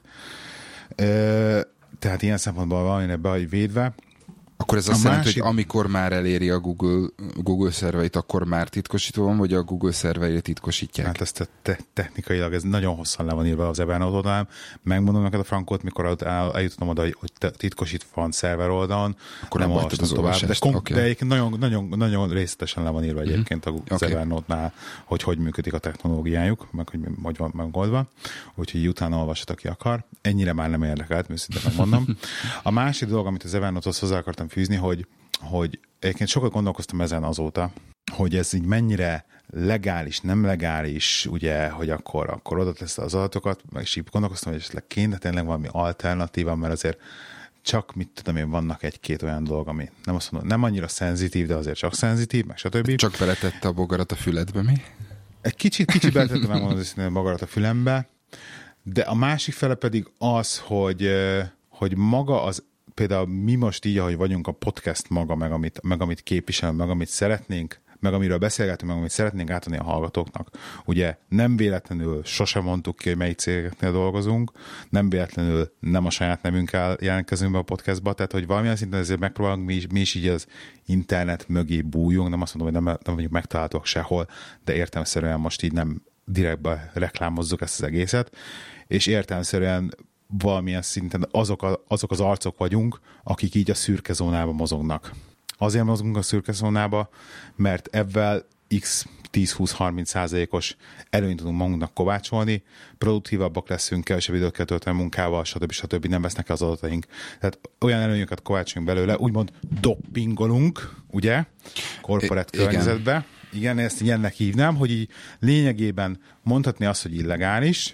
Speaker 2: Ö, tehát ilyen szempontból valamire be vagy védve.
Speaker 1: Akkor ez azt jelenti, másik... hogy amikor már eléri a Google, Google szervereit, akkor már titkosítva van, vagy a Google szervereit titkosítják?
Speaker 2: Hát ezt te- technikailag ez nagyon hosszan le van írva az Evernote oldalán. Megmondom neked a frankot, mikor el, eljutottam oda, hogy titkosítva van szerver oldalon, akkor nem olvastam tovább. De, kon- okay. de egyébként nagyon, nagyon, nagyon részletesen le van írva egyébként mm-hmm. az okay. Evernote-nál, hogy hogy működik a technológiájuk, meg hogy hogy van megoldva. Úgyhogy utána olvashat, aki akar. Ennyire már nem érdekelt, őszintén megmondom. A másik dolog, amit az Evernote-hoz hozzá akartam fűzni, hogy, hogy egyébként sokat gondolkoztam ezen azóta, hogy ez így mennyire legális, nem legális, ugye, hogy akkor, akkor oda tesz az adatokat, meg is így gondolkoztam, hogy esetleg kéne tényleg valami alternatíva, mert azért csak, mit tudom én, vannak egy-két olyan dolog, ami nem azt mondom, nem annyira szenzitív, de azért csak szenzitív, meg stb.
Speaker 1: Csak beletette a bogarat a füledbe, mi?
Speaker 2: Egy kicsit, kicsit beletettem, megmondom, hogy a bogarat a fülembe, de a másik fele pedig az, hogy, hogy maga az például mi most így, ahogy vagyunk, a podcast maga, meg amit, meg amit képvisel, meg amit szeretnénk, meg amiről beszélgetünk, meg amit szeretnénk átadni a hallgatóknak. Ugye nem véletlenül sosem mondtuk ki, hogy melyik cégeknél dolgozunk, nem véletlenül nem a saját nevünkkel jelentkezünk be a podcastba, tehát hogy valamilyen szinten ezért megpróbálunk mi is, mi is így az internet mögé bújjunk, nem azt mondom, hogy nem, nem vagyunk megtalálhatók sehol, de értelemszerűen most így nem direktbe reklámozzuk ezt az egészet, és értelemszerűen valamilyen szinten azok, a, azok az arcok vagyunk, akik így a szürke zónában mozognak. Azért mozgunk a szürke zónába, mert ebben x tíz-húsz-harminc százalékos előnyt tudunk magunknak kovácsolni, produktívabbak leszünk, kevesebb időt kell tölteni munkával, stb. stb. Nem vesznek az adataink. Tehát olyan előnyöket kovácsolunk belőle, úgymond doppingolunk, ugye, korporát környezetbe. Igen, ezt ilyennek hívnám, hogy így lényegében mondhatni azt, hogy illegális,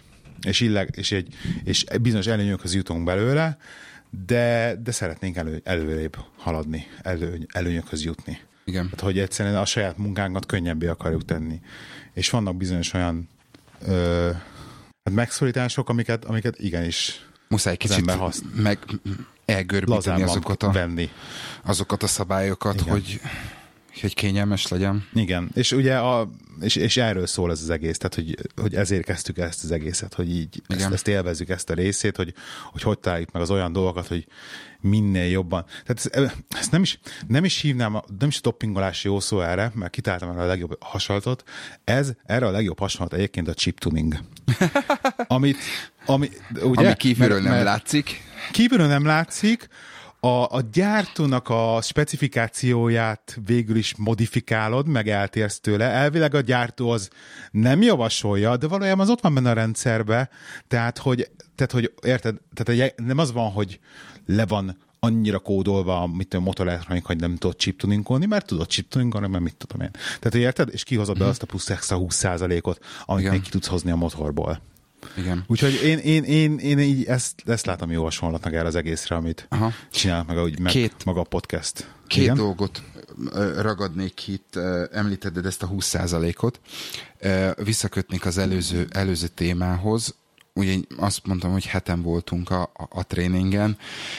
Speaker 2: és, illeg, és, egy, és bizonyos előnyökhöz jutunk belőle, de, de szeretnénk elő, előrébb haladni, elő, előnyökhöz jutni.
Speaker 1: Igen.
Speaker 2: Tehát, hogy egyszerűen a saját munkánkat könnyebbé akarjuk tenni. És vannak bizonyos olyan ö, hát megszorítások, amiket, amiket igenis
Speaker 1: muszáj kicsit meg elgörbíteni azokat a,
Speaker 2: venni.
Speaker 1: azokat a szabályokat, hogy, hogy kényelmes legyen.
Speaker 2: Igen, és ugye a, és, és erről szól ez az egész, tehát hogy, hogy ezért kezdtük ezt az egészet, hogy így ezt, ezt élvezzük, ezt a részét, hogy hogy, hogy találjuk meg az olyan dolgokat, hogy minél jobban. Tehát ezt, ezt nem, is, nem is hívnám, nem is toppingolási jó szó erre, mert kitáltam erre a legjobb hasonlatot. Ez, erre a legjobb hasonlat egyébként a chip tuning. Amit, ami, ugye,
Speaker 1: ami kívülről
Speaker 2: mert,
Speaker 1: nem
Speaker 2: mert
Speaker 1: látszik.
Speaker 2: Kívülről nem látszik, a, a gyártónak a specifikációját végül is modifikálod, meg eltérsz tőle. Elvileg a gyártó az nem javasolja, de valójában az ott van benne a rendszerbe, tehát hogy, tehát, hogy érted, tehát nem az van, hogy le van annyira kódolva, mit a motorelektronik, hogy nem tudod chiptuningolni, mert tudod chiptuningolni, mert mit tudom én. Tehát, hogy érted? És kihozod be mm. azt a plusz extra húsz százalékot, amit igen. még ki tudsz hozni a motorból.
Speaker 1: Igen.
Speaker 2: Úgyhogy én, én, én, én így ezt, ezt látom jó hasonlatnak erre az egészre, amit Aha. csinálnak meg, ahogy meg két, maga a podcast.
Speaker 1: Két Igen? dolgot ragadnék itt, említetted ezt a húsz százalékot. Visszakötnék az előző, előző témához. Ugye azt mondtam, hogy heten voltunk a, a, a tréningen.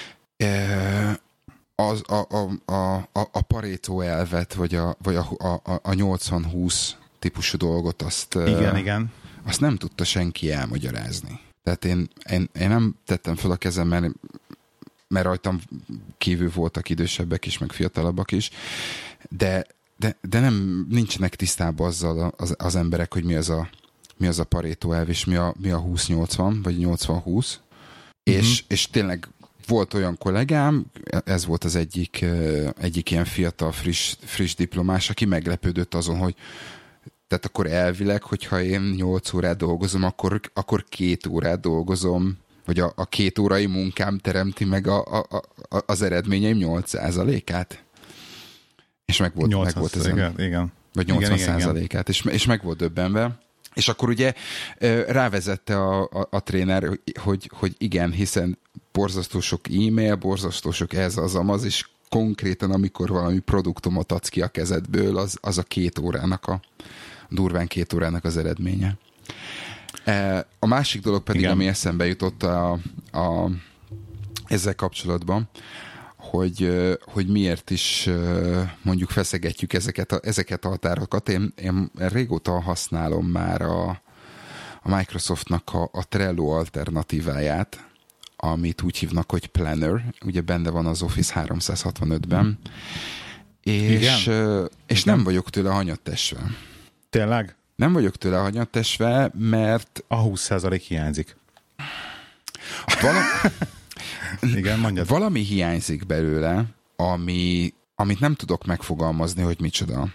Speaker 1: Az, a, a, a, a Pareto elvet, vagy a, vagy a, a, a nyolcvan húsz típusú dolgot, azt...
Speaker 2: Igen, igen.
Speaker 1: Azt nem tudta senki elmagyarázni. Tehát én, én, én nem tettem fel a kezem, mert, mert rajtam kívül voltak idősebbek is, meg fiatalabbak is, de, de, de nem nincsenek tisztában azzal az, az emberek, hogy mi az a, mi az a Pareto elv, és mi a, mi a húsz nyolcvan, vagy nyolcvan húsz. Uh-huh. És, és tényleg volt olyan kollégám, ez volt az egyik, egyik ilyen fiatal, friss, friss diplomás, aki meglepődött azon, hogy tehát akkor elvileg, hogyha én nyolc órát dolgozom, akkor, akkor két órát dolgozom, vagy a, a két órai munkám teremti meg a, a, a, az eredményeim nyolc százalékát. És meg volt, meg volt ezen.
Speaker 2: Igen, igen.
Speaker 1: Vagy nyolcvan százalékát, és, és meg volt döbbenve. És akkor ugye rávezette a, a, a tréner, hogy, hogy igen, hiszen borzasztó sok e-mail, borzasztó sok ez, az, amaz, és konkrétan, amikor valami produktumot adsz ki a kezedből, az, az a két órának a durván két órának az eredménye. A másik dolog pedig, igen. ami eszembe jutott a, a, ezzel kapcsolatban, hogy, hogy miért is mondjuk feszegetjük ezeket a, ezeket a határokat. Én, én régóta használom már a, a Microsoftnak a, a Trello alternatíváját, amit úgy hívnak, hogy Planner, ugye benne van az Office háromszázhatvanötben, hmm. és, és nem vagyok tőle hanyattesve.
Speaker 2: Tényleg?
Speaker 1: Nem vagyok tőle hanyattesve, mert...
Speaker 2: A húsz százalék hiányzik.
Speaker 1: Valami,
Speaker 2: Igen, mondjad.
Speaker 1: Valami hiányzik belőle, ami, amit nem tudok megfogalmazni, hogy micsoda.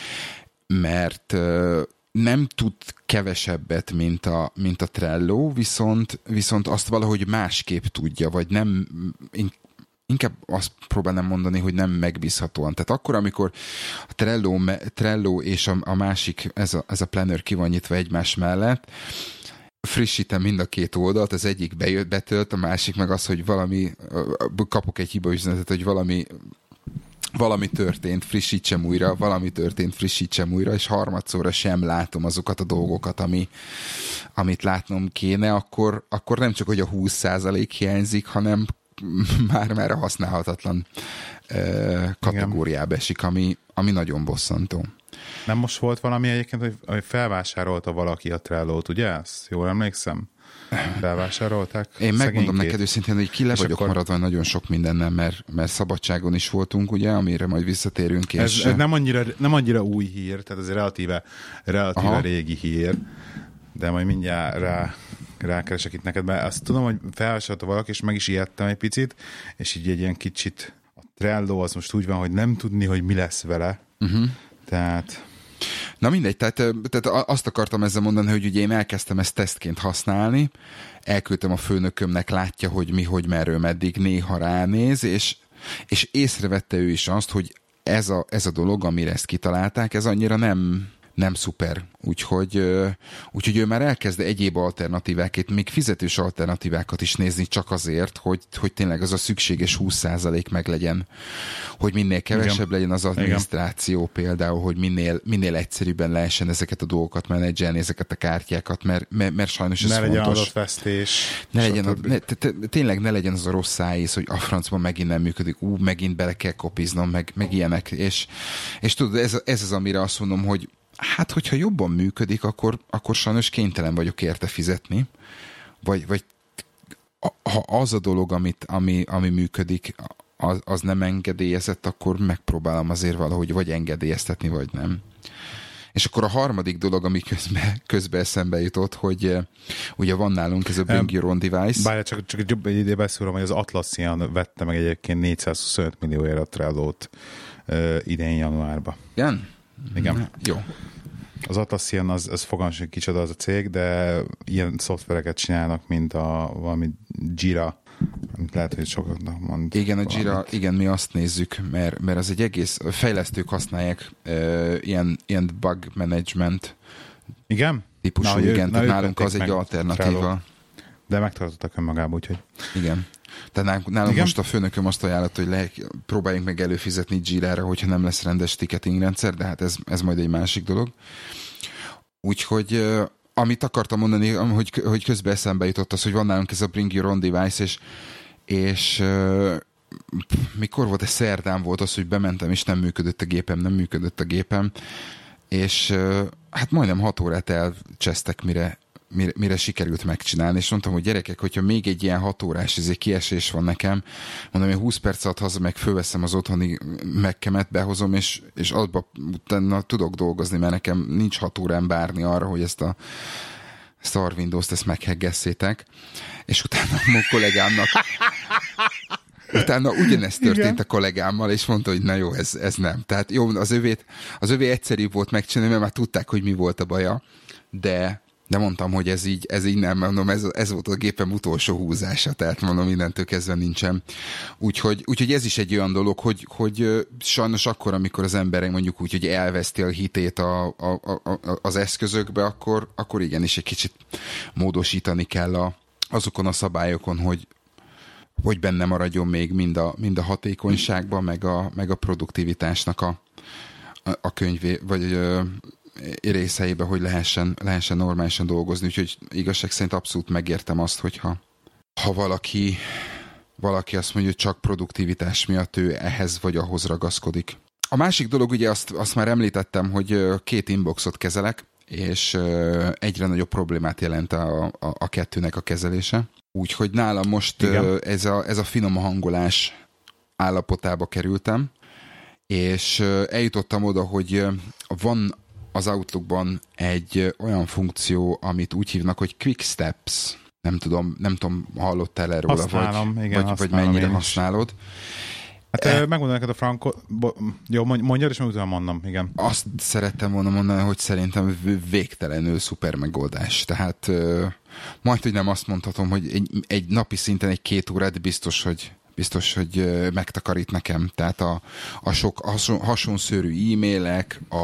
Speaker 1: Mert uh, nem tud kevesebbet, mint a, mint a Trello, viszont, viszont azt valahogy másképp tudja, vagy nem... Inkább azt próbálnám mondani, hogy nem megbízhatóan. Tehát akkor, amikor a Trello, Trello és a, a másik, ez a, ez a Planner ki van nyitva egymás mellett, frissítem mind a két oldalt, az egyik bejött, betölt, a másik meg az, hogy valami, kapok egy hibaüzenetet, hogy valami valami történt, frissítsem újra, valami történt, frissítsem újra, és harmadszorra sem látom azokat a dolgokat, ami, amit látnom kéne, akkor, akkor nem csak, hogy a húsz százalék hiányzik, hanem már-már a használhatatlan uh, kategóriába esik, ami, ami nagyon bosszantó.
Speaker 2: Nem most volt valami egyébként, hogy, hogy felvásárolta valaki a Trello-t, ugye? Ezt jól emlékszem? Felvásárolták?
Speaker 1: Én megmondom neked őszintén, hogy ki le vagyok akkor... maradva nagyon sok mindennel, mert, mert szabadságon is voltunk, ugye, amire majd visszatérünk.
Speaker 2: Ez,
Speaker 1: és...
Speaker 2: ez nem, annyira, nem annyira új hír, tehát ez relatíve, relatíve régi hír, de majd mindjárt rá rákeresek itt neked, mert azt tudom, hogy felvásárolta valaki, és meg is ijedtem egy picit, és így egy ilyen kicsit a Trello az most úgy van, hogy nem tudni, hogy mi lesz vele. Uh-huh. Tehát...
Speaker 1: Na mindegy, tehát, tehát azt akartam ezzel mondani, hogy ugye én elkezdtem ezt tesztként használni, elküldtem a főnökömnek, látja, hogy mi, hogy merről, meddig, néha ránéz, és, és észrevette ő is azt, hogy ez a, ez a dolog, amire ezt kitalálták, ez annyira nem nem szuper. Úgyhogy, úgyhogy ő már elkezd egyéb alternatívákat, még fizetős alternatívákat is nézni csak azért, hogy, hogy tényleg az a szükséges húsz százalék meg legyen. Hogy minél kevesebb Igen. legyen az adminisztráció Igen. például, hogy minél, minél egyszerűbben lehessen ezeket a dolgokat menedzselni, ezeket a kártyákat, mert, mert, mert sajnos ez
Speaker 2: ne
Speaker 1: fontos.
Speaker 2: Legyen adatvesztés.
Speaker 1: Ne legyen ad, ne, te, te, tényleg ne legyen az a rossz szájész, hogy a francban megint nem működik, ú, megint bele kell kopiznom, meg, meg ilyenek. És, és tudod, ez, ez az, amire azt mondom, hogy hát, hogyha jobban működik, akkor, akkor sajnos kénytelen vagyok érte fizetni. Vagy, vagy ha az a dolog, amit, ami, ami működik, az, az nem engedélyezett, akkor megpróbálom azért valahogy vagy engedélyeztetni, vagy nem. És akkor a harmadik dolog, ami közben, közben eszembe jutott, hogy uh, ugye van nálunk ez a Bring Your Own Device.
Speaker 2: Bárja, csak, csak egy ide beszúrom, hogy az Atlassian vette meg egyébként négyszázhuszonöt millióért a Trello-t uh, idén januárban.
Speaker 1: Igen?
Speaker 2: Igen.
Speaker 1: Na, jó.
Speaker 2: Az Atlassian az, az fogalmas, hogy kicsoda az a cég, de ilyen szoftvereket csinálnak, mint a valami Jira, amit lehet, hogy sokaknak mond.
Speaker 1: Igen, a Jira, igen, mi azt nézzük, mert, mert az egy egész, fejlesztők használják uh, ilyen, ilyen bug management
Speaker 2: igen?
Speaker 1: típusú,
Speaker 2: na,
Speaker 1: igen,
Speaker 2: ő,
Speaker 1: tehát
Speaker 2: na,
Speaker 1: nálunk az egy alternatíva.
Speaker 2: De megtartottak önmagába, úgyhogy.
Speaker 1: Igen. Tehát nálunk most a főnököm azt ajánlott, hogy le, próbáljunk meg előfizetni Jira-ra, hogyha nem lesz rendes ticketing rendszer, de hát ez, ez majd egy másik dolog. Úgyhogy amit akartam mondani, hogy, hogy közben eszembe jutott az, hogy van nálunk ez a Bring Your Own Device, és, és uh, mikor volt, ez szerdán volt az, hogy bementem, és nem működött a gépem, nem működött a gépem, és uh, hát majdnem hat órát elcsesztek, mire, mire, mire sikerült megcsinálni, és mondtam, hogy gyerekek, hogyha még egy ilyen hat órás ez egy kiesés van nekem, mondom, én húsz perc alatt haza meg fölveszem az otthoni Mac-emet, behozom, és, és abba utána tudok dolgozni, mert nekem nincs hat órán bárni arra, hogy ezt a Star Windows-t ezt megheggesszétek, és utána a kollégámnak utána ugyanezt történt Igen. a kollégámmal, és mondta, hogy na jó, ez, ez nem. Tehát jó, az övét, az övé egyszerűbb volt megcsinálni, mert már tudták, hogy mi volt a baja, de De mondtam, hogy ez így, ez így nem, mondom, ez, ez volt a gépem utolsó húzása, tehát mondom, innentől kezdve nincsen. Úgyhogy, úgyhogy ez is egy olyan dolog, hogy, hogy sajnos akkor, amikor az ember mondjuk úgy, hogy elveszti a hitét a, a, a, az eszközökbe, akkor, akkor igenis egy kicsit módosítani kell a, azokon a szabályokon, hogy, hogy benne maradjon még mind a, mind a hatékonyságban, meg a, meg a produktivitásnak a, a, a könyvé, vagy részeibe, hogy lehessen, lehessen normálisan dolgozni, úgyhogy igazság szerint abszolút megértem azt, hogyha ha valaki, valaki azt mondja, hogy csak produktivitás miatt ő ehhez vagy ahhoz ragaszkodik. A másik dolog, ugye azt, azt már említettem, hogy két inboxot kezelek, és egyre nagyobb problémát jelent a, a, a kettőnek a kezelése. Úgyhogy nálam most ez a, ez a finom hangolás állapotába kerültem, és eljutottam oda, hogy van az Outlookban egy olyan funkció, amit úgy hívnak, hogy Quick Steps. Nem tudom, nem tudom, hallottál erről,
Speaker 2: használom,
Speaker 1: vagy,
Speaker 2: igen,
Speaker 1: vagy, vagy mennyire használod.
Speaker 2: Hát e... megmondom neked a frankot, jó, mondjad, és meg utána mondom, igen.
Speaker 1: Azt szerettem volna mondani, hogy szerintem végtelenül szuper megoldás. Tehát majd, hogy nem azt mondhatom, hogy egy, egy napi szinten egy két órát biztos, hogy biztos, hogy megtakarít nekem. Tehát a, a sok hason, hasonszörű e-mailek, a,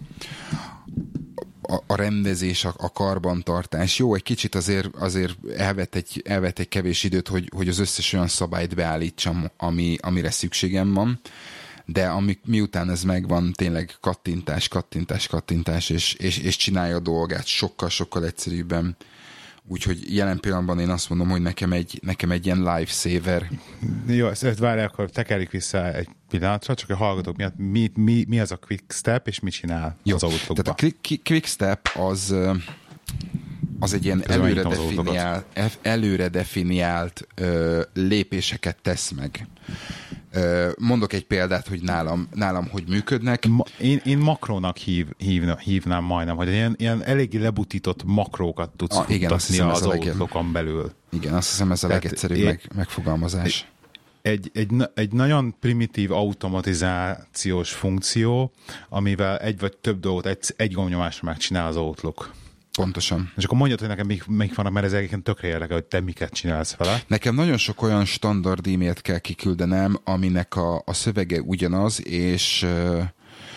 Speaker 1: a, a rendezés, a, a karbantartás. Jó, egy kicsit azért, azért elvett, egy, elvett egy kevés időt, hogy, hogy az összes olyan szabályt beállítsam, ami, amire szükségem van. De ami, miután ez megvan, tényleg kattintás, kattintás, kattintás, és, és, és csinálja a dolgát sokkal-sokkal egyszerűbben. Úgyhogy jelen pillanatban én azt mondom, hogy nekem egy, nekem egy ilyen lifesaver.
Speaker 2: Jó, ezt várjál, akkor tekerjük vissza egy pillanatra, csak a hallgatók miatt. Mi, mi, mi az a Quick Step, és mit csinál Jó, az Outlookba?
Speaker 1: Tehát a Quick Step az, az egy ilyen előre definiált, előre definiált ö, lépéseket tesz meg. Ö, mondok egy példát, hogy nálam, nálam hogy működnek.
Speaker 2: Ma, én, én makrónak hív, hívna, hívnám majdnem, hogy ilyen, ilyen eléggé lebutított makrókat tudsz ah, igen, futtatni az Outlookon belül.
Speaker 1: Igen, azt hiszem ez a legegyszerűbb én, meg, megfogalmazás.
Speaker 2: Egy, egy, egy nagyon primitív automatizációs funkció, amivel egy vagy több dolgot egy, egy gombnyomásra megcsinál az Outlook.
Speaker 1: Pontosan.
Speaker 2: És akkor mondjad, hogy nekem mik, mik vannak, mert ez egyébként tökre érdekel, hogy te miket csinálsz vele.
Speaker 1: Nekem nagyon sok olyan standard e-mailt kell kiküldenem, aminek a, a szövege ugyanaz, és,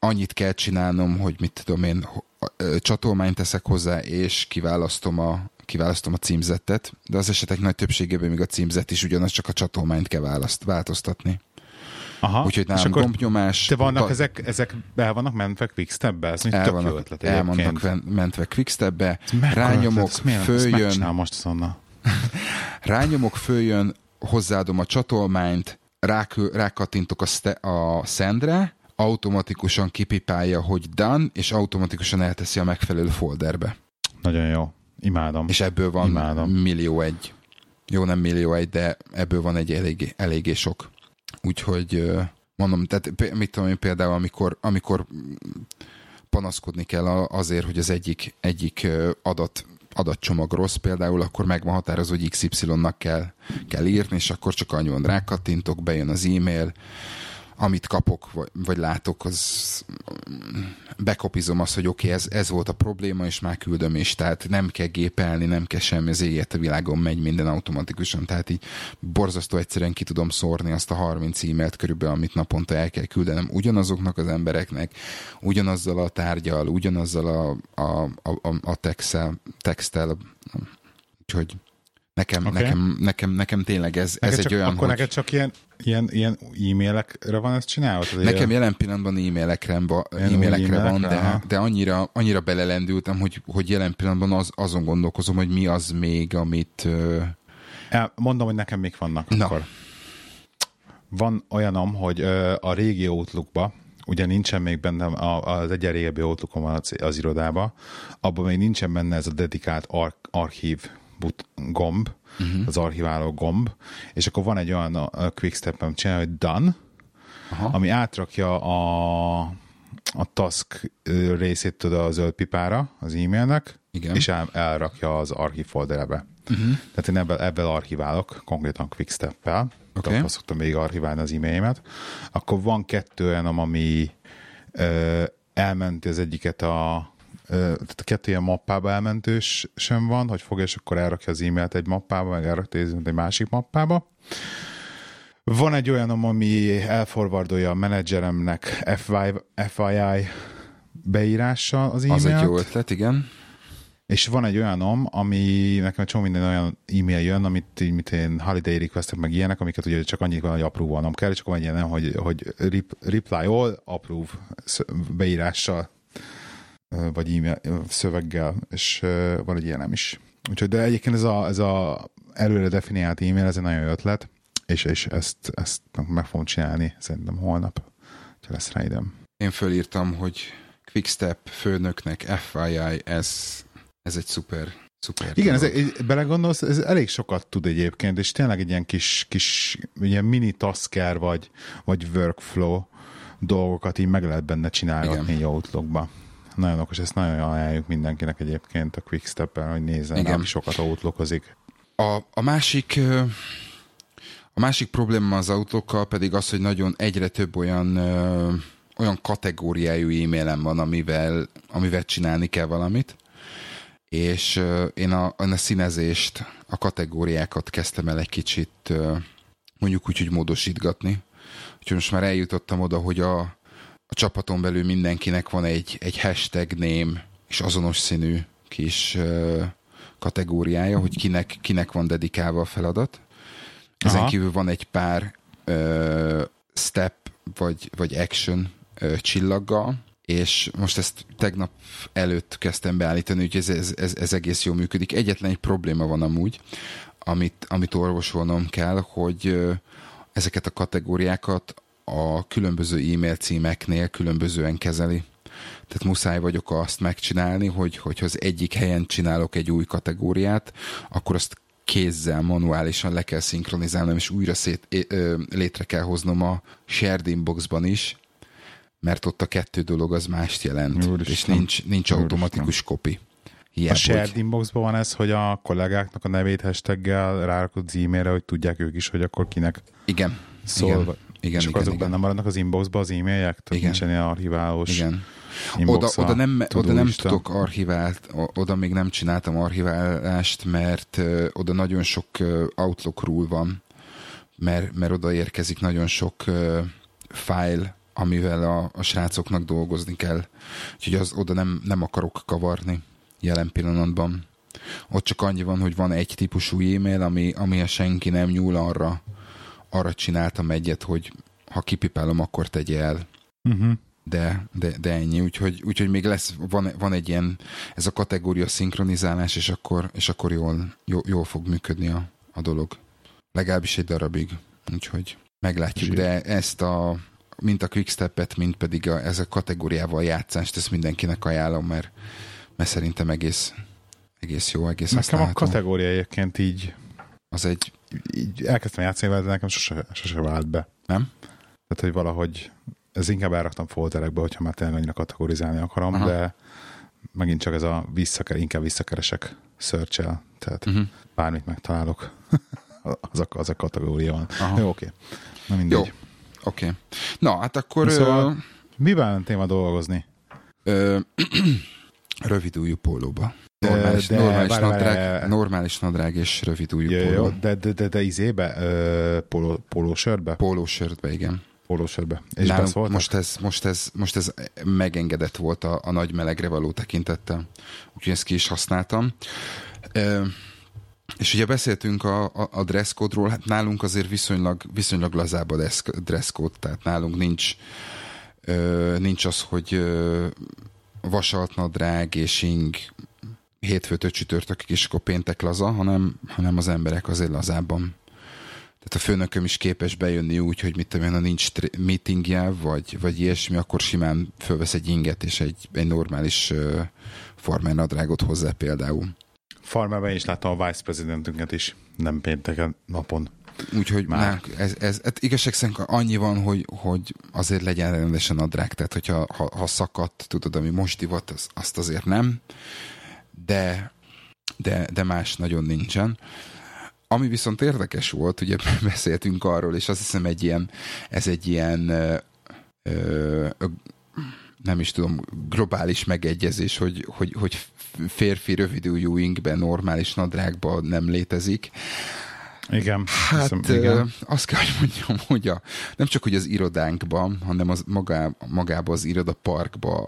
Speaker 1: annyit kell csinálnom, hogy mit tudom én, csatolmányt teszek hozzá, és kiválasztom a, kiválasztom a címzettet, de az esetek nagy többségében még a címzet is ugyanaz, csak a csatolmányt kell választ, változtatni.
Speaker 2: Aha.
Speaker 1: Úgyhogy nálam gombnyomás...
Speaker 2: De vannak, ta... ezek, ezek el vannak mentve Quickstep-be? Ez
Speaker 1: el
Speaker 2: tök
Speaker 1: vannak,
Speaker 2: jó ötlet
Speaker 1: el vannak mentve Quickstep-be, rányomok, följön...
Speaker 2: most szonna.
Speaker 1: rányomok, följön, hozzáadom a csatolmányt, rákül, rákattintok a, ste, a sendre, automatikusan kipipálja, hogy done, és automatikusan elteszi a megfelelő folderbe.
Speaker 2: Nagyon jó. Imádom.
Speaker 1: És ebből van
Speaker 2: Imádom.
Speaker 1: millió egy. Jó, nem millió egy, de ebből van egy elég, eléggé sok. Úgyhogy mondom, tehát mit tudom én például, amikor, amikor panaszkodni kell azért, hogy az egyik, egyik adat adatcsomag rossz például, akkor meg van határozva, hogy iksz ipszilonnak kell, kell írni, és akkor csak annyian rákattintok, bejön az e-mail, amit kapok, vagy, vagy látok, az bekopizom azt, hogy oké, okay, ez, ez volt a probléma, és már küldöm is, tehát nem kell gépelni, nem kell semmi, az égért a világon megy minden automatikusan, tehát így borzasztó egyszerűen ki tudom szórni azt a harminc e-mailt körülbelül, amit naponta el kell küldenem ugyanazoknak az embereknek, ugyanazzal a tárgyal, ugyanazzal a, a, a, a textel, textel, úgyhogy Nekem, okay. nekem, nekem, nekem tényleg ez, ez egy
Speaker 2: csak,
Speaker 1: olyan,
Speaker 2: akkor hogy... neked csak ilyen, ilyen, ilyen e-mailekre van ezt csinálva?
Speaker 1: Nekem jelen pillanatban e-mailekre, e-mailekre van, de, de annyira, annyira belelendültem, hogy, hogy jelen pillanatban az, azon gondolkozom, hogy mi az még, amit... Uh...
Speaker 2: El, mondom, hogy nekem még vannak
Speaker 1: Na.
Speaker 2: akkor. Van olyanom, hogy uh, a régi Outlookba, ugye nincsen még benne, az egyen régebbi Outlookon van az, az irodába, abban még nincsen benne ez a dedikált ar- archív gomb, uh-huh. az archiváló gomb, és akkor van egy olyan a Quickstep-em csinál, hogy done, aha. ami átrakja a, a task részét tudod a zöld pipára az e-mailnek, igen. és el, elrakja az archív folderebe. Uh-huh. Tehát én ebből, ebből archiválok, konkrétan Quickstep-pel, okay. akkor szoktam még archiválni az e-mailemet. Akkor van kettő olyan, ami ö, elmenti az egyiket a tehát a kettő ilyen mappába elmentős sem van, hogy fogja, és akkor elrakja az e-mailt egy mappába, meg elrakja egy másik mappába. Van egy olyanom, ami elforwardolja a menedzseremnek F Y I beírással az e-mailt.
Speaker 1: Az egy jó ötlet, igen.
Speaker 2: És van egy olyanom, ami nekem csomó minden olyan e-mail jön, amit így, mint én holiday requestek, meg ilyenek, amiket ugye csak annyit van, hogy approve-olnom kell, és akkor van ilyen, hogy, hogy reply all, approve beírással, vagy e-mail szöveggel, és van egy ilyenem is. Úgyhogy, de egyébként ez a, ez a előre definiált e-mail, ez egy nagyon jó ötlet, és, és ezt, ezt meg fogom csinálni szerintem holnap, ha lesz rá időm.
Speaker 1: Én fölírtam, hogy Quickstep főnöknek F Y I, ez, ez egy szuper, szuper
Speaker 2: igen, ez, belegondolsz, ez elég sokat tud egyébként, és tényleg egy ilyen kis, kis ilyen mini tasker, vagy, vagy workflow dolgokat így meg lehet benne csinálgatni egy Outlookba. Nagyon okos, ezt nagyon ajánljuk mindenkinek egyébként a Quickstep-en, hogy nézzen, aki sokat outlookozik.
Speaker 1: A, a másik a másik probléma az Outlookkal pedig az, hogy nagyon egyre több olyan ö, olyan kategóriájú e-mailem van, amivel, amivel csinálni kell valamit, és ö, én a, a színezést, a kategóriákat kezdtem el egy kicsit ö, mondjuk úgy, hogy módosítgatni. Úgyhogy most már eljutottam oda, hogy a A csapaton belül mindenkinek van egy, egy hashtag name és azonos színű kis uh, kategóriája, hogy kinek, kinek van dedikálva a feladat. Ezen Aha. kívül van egy pár uh, step vagy, vagy action uh, csillaggal, és most ezt tegnap előtt kezdtem beállítani, úgyhogy ez, ez, ez, ez egész jól működik. Egyetlen egy probléma van amúgy, amit, amit orvosolnom kell, hogy uh, ezeket a kategóriákat a különböző e-mail címeknél különbözően kezeli. Tehát muszáj vagyok azt megcsinálni, hogy hogyha az egyik helyen csinálok egy új kategóriát, akkor azt kézzel, manuálisan le kell szinkronizálnom, és újra szét, ö, létre kell hoznom a shared inboxban is, mert ott a kettő dolog az mást jelent, Úristen. és nincs, nincs automatikus copy. Hiább,
Speaker 2: a shared
Speaker 1: hogy...
Speaker 2: inboxban van ez, hogy a kollégáknak a nevét hashtaggel rárakod az e-mailre, hogy tudják ők is, hogy akkor kinek
Speaker 1: igen.
Speaker 2: szól.
Speaker 1: Igen. Igen,
Speaker 2: és
Speaker 1: igen,
Speaker 2: akkor azok
Speaker 1: igen.
Speaker 2: benne maradnak az inboxba az e-mailjek? Tehát nincsen ilyen archiválós
Speaker 1: igen. Oda, oda nem, oda nem tudok archivált, oda még nem csináltam archiválást, mert uh, oda nagyon sok uh, Outlook rule van, mert, mert oda érkezik nagyon sok uh, file amivel a, a srácoknak dolgozni kell. Úgyhogy az oda nem, nem akarok kavarni jelen pillanatban. Ott csak annyi van, hogy van egy típusú e-mail, ami, ami senki nem nyúl, arra, arra csináltam egyet, hogy ha kipipálom, akkor tegye el.
Speaker 2: Uh-huh.
Speaker 1: De, de, de ennyi. Úgyhogy, úgyhogy még lesz, van, van egy ilyen, ez a kategória szinkronizálás, és akkor, és akkor jól, jól, jól fog működni a, a dolog. Legalábbis egy darabig. Úgyhogy meglátjuk. Zsír. De ezt a, mint a Quickstep-et, mint pedig a, ez a kategóriával játszást, ezt mindenkinek ajánlom, mert, mert szerintem egész, egész jó, egész
Speaker 2: nekem
Speaker 1: használható.
Speaker 2: A kategória egyébként így,
Speaker 1: az egy...
Speaker 2: így elkezdtem játszani vele, de nekem sose, sose vált be.
Speaker 1: Nem?
Speaker 2: Tehát, hogy valahogy ez inkább elraktam folderekbe, hogyha már tényleg annyira kategorizálni akarom, aha, de megint csak ez a visszaker, inkább visszakeresek search-el, tehát uh-huh. bármit megtalálok. az, a, az a kategória van. Jó, oké. Okay. Na mindegy. Jó,
Speaker 1: oké. Okay. Na, hát akkor...
Speaker 2: Szóval ö... miben téma dolgozni?
Speaker 1: Ö... Rövidújú pólóba. Normális, de, normális, bár, nadrág, bár, normális nadrág és rövidújú póló.
Speaker 2: De, de, de, de izébe? Ö, póló, pólósörbe?
Speaker 1: Pólósörbe, igen.
Speaker 2: Pólósörbe. És
Speaker 1: nálunk most ez, most, ez, most ez megengedett volt a, a nagy melegre való tekintettel. Úgyhogy ezt ki is használtam. Ö, és ugye beszéltünk a, a, a dresscode-ról, hát nálunk azért viszonylag, viszonylag lazább a dresscode, tehát nálunk nincs, ö, nincs az, hogy ö, vasalt nadrág és ing hétfőtől csütörtökig, és akkor péntek laza, hanem, hanem az emberek azért lazábban. Tehát a főnököm is képes bejönni úgy, hogy mit tudom én, ha nincs tri- meetingje, vagy, vagy ilyesmi, akkor simán fölvesz egy inget, és egy, egy normális uh, farmer nadrágot hozzá például.
Speaker 2: Farmerben is láttam a vice presidentünket is, nem pénteken napon.
Speaker 1: Úgyhogy már ez, ez, ez igazság szerint annyi van, hogy, hogy azért legyen rendesen nadrág, tehát hogyha ha, ha szakadt, tudod, ami most divat, az, azt azért nem, de, de, de más nagyon nincsen. Ami viszont érdekes volt, ugye beszéltünk arról, és azt hiszem egy ilyen, ez egy ilyen ö, ö, nem is tudom, globális megegyezés, hogy, hogy, hogy férfi rövidújú ingben, normális nadrágban nem létezik.
Speaker 2: Igen.
Speaker 1: Hát hiszem, igen. Azt kell, hogy mondjam, hogy a, nem csak hogy az irodánkban, hanem az magá, magában az irodaparkban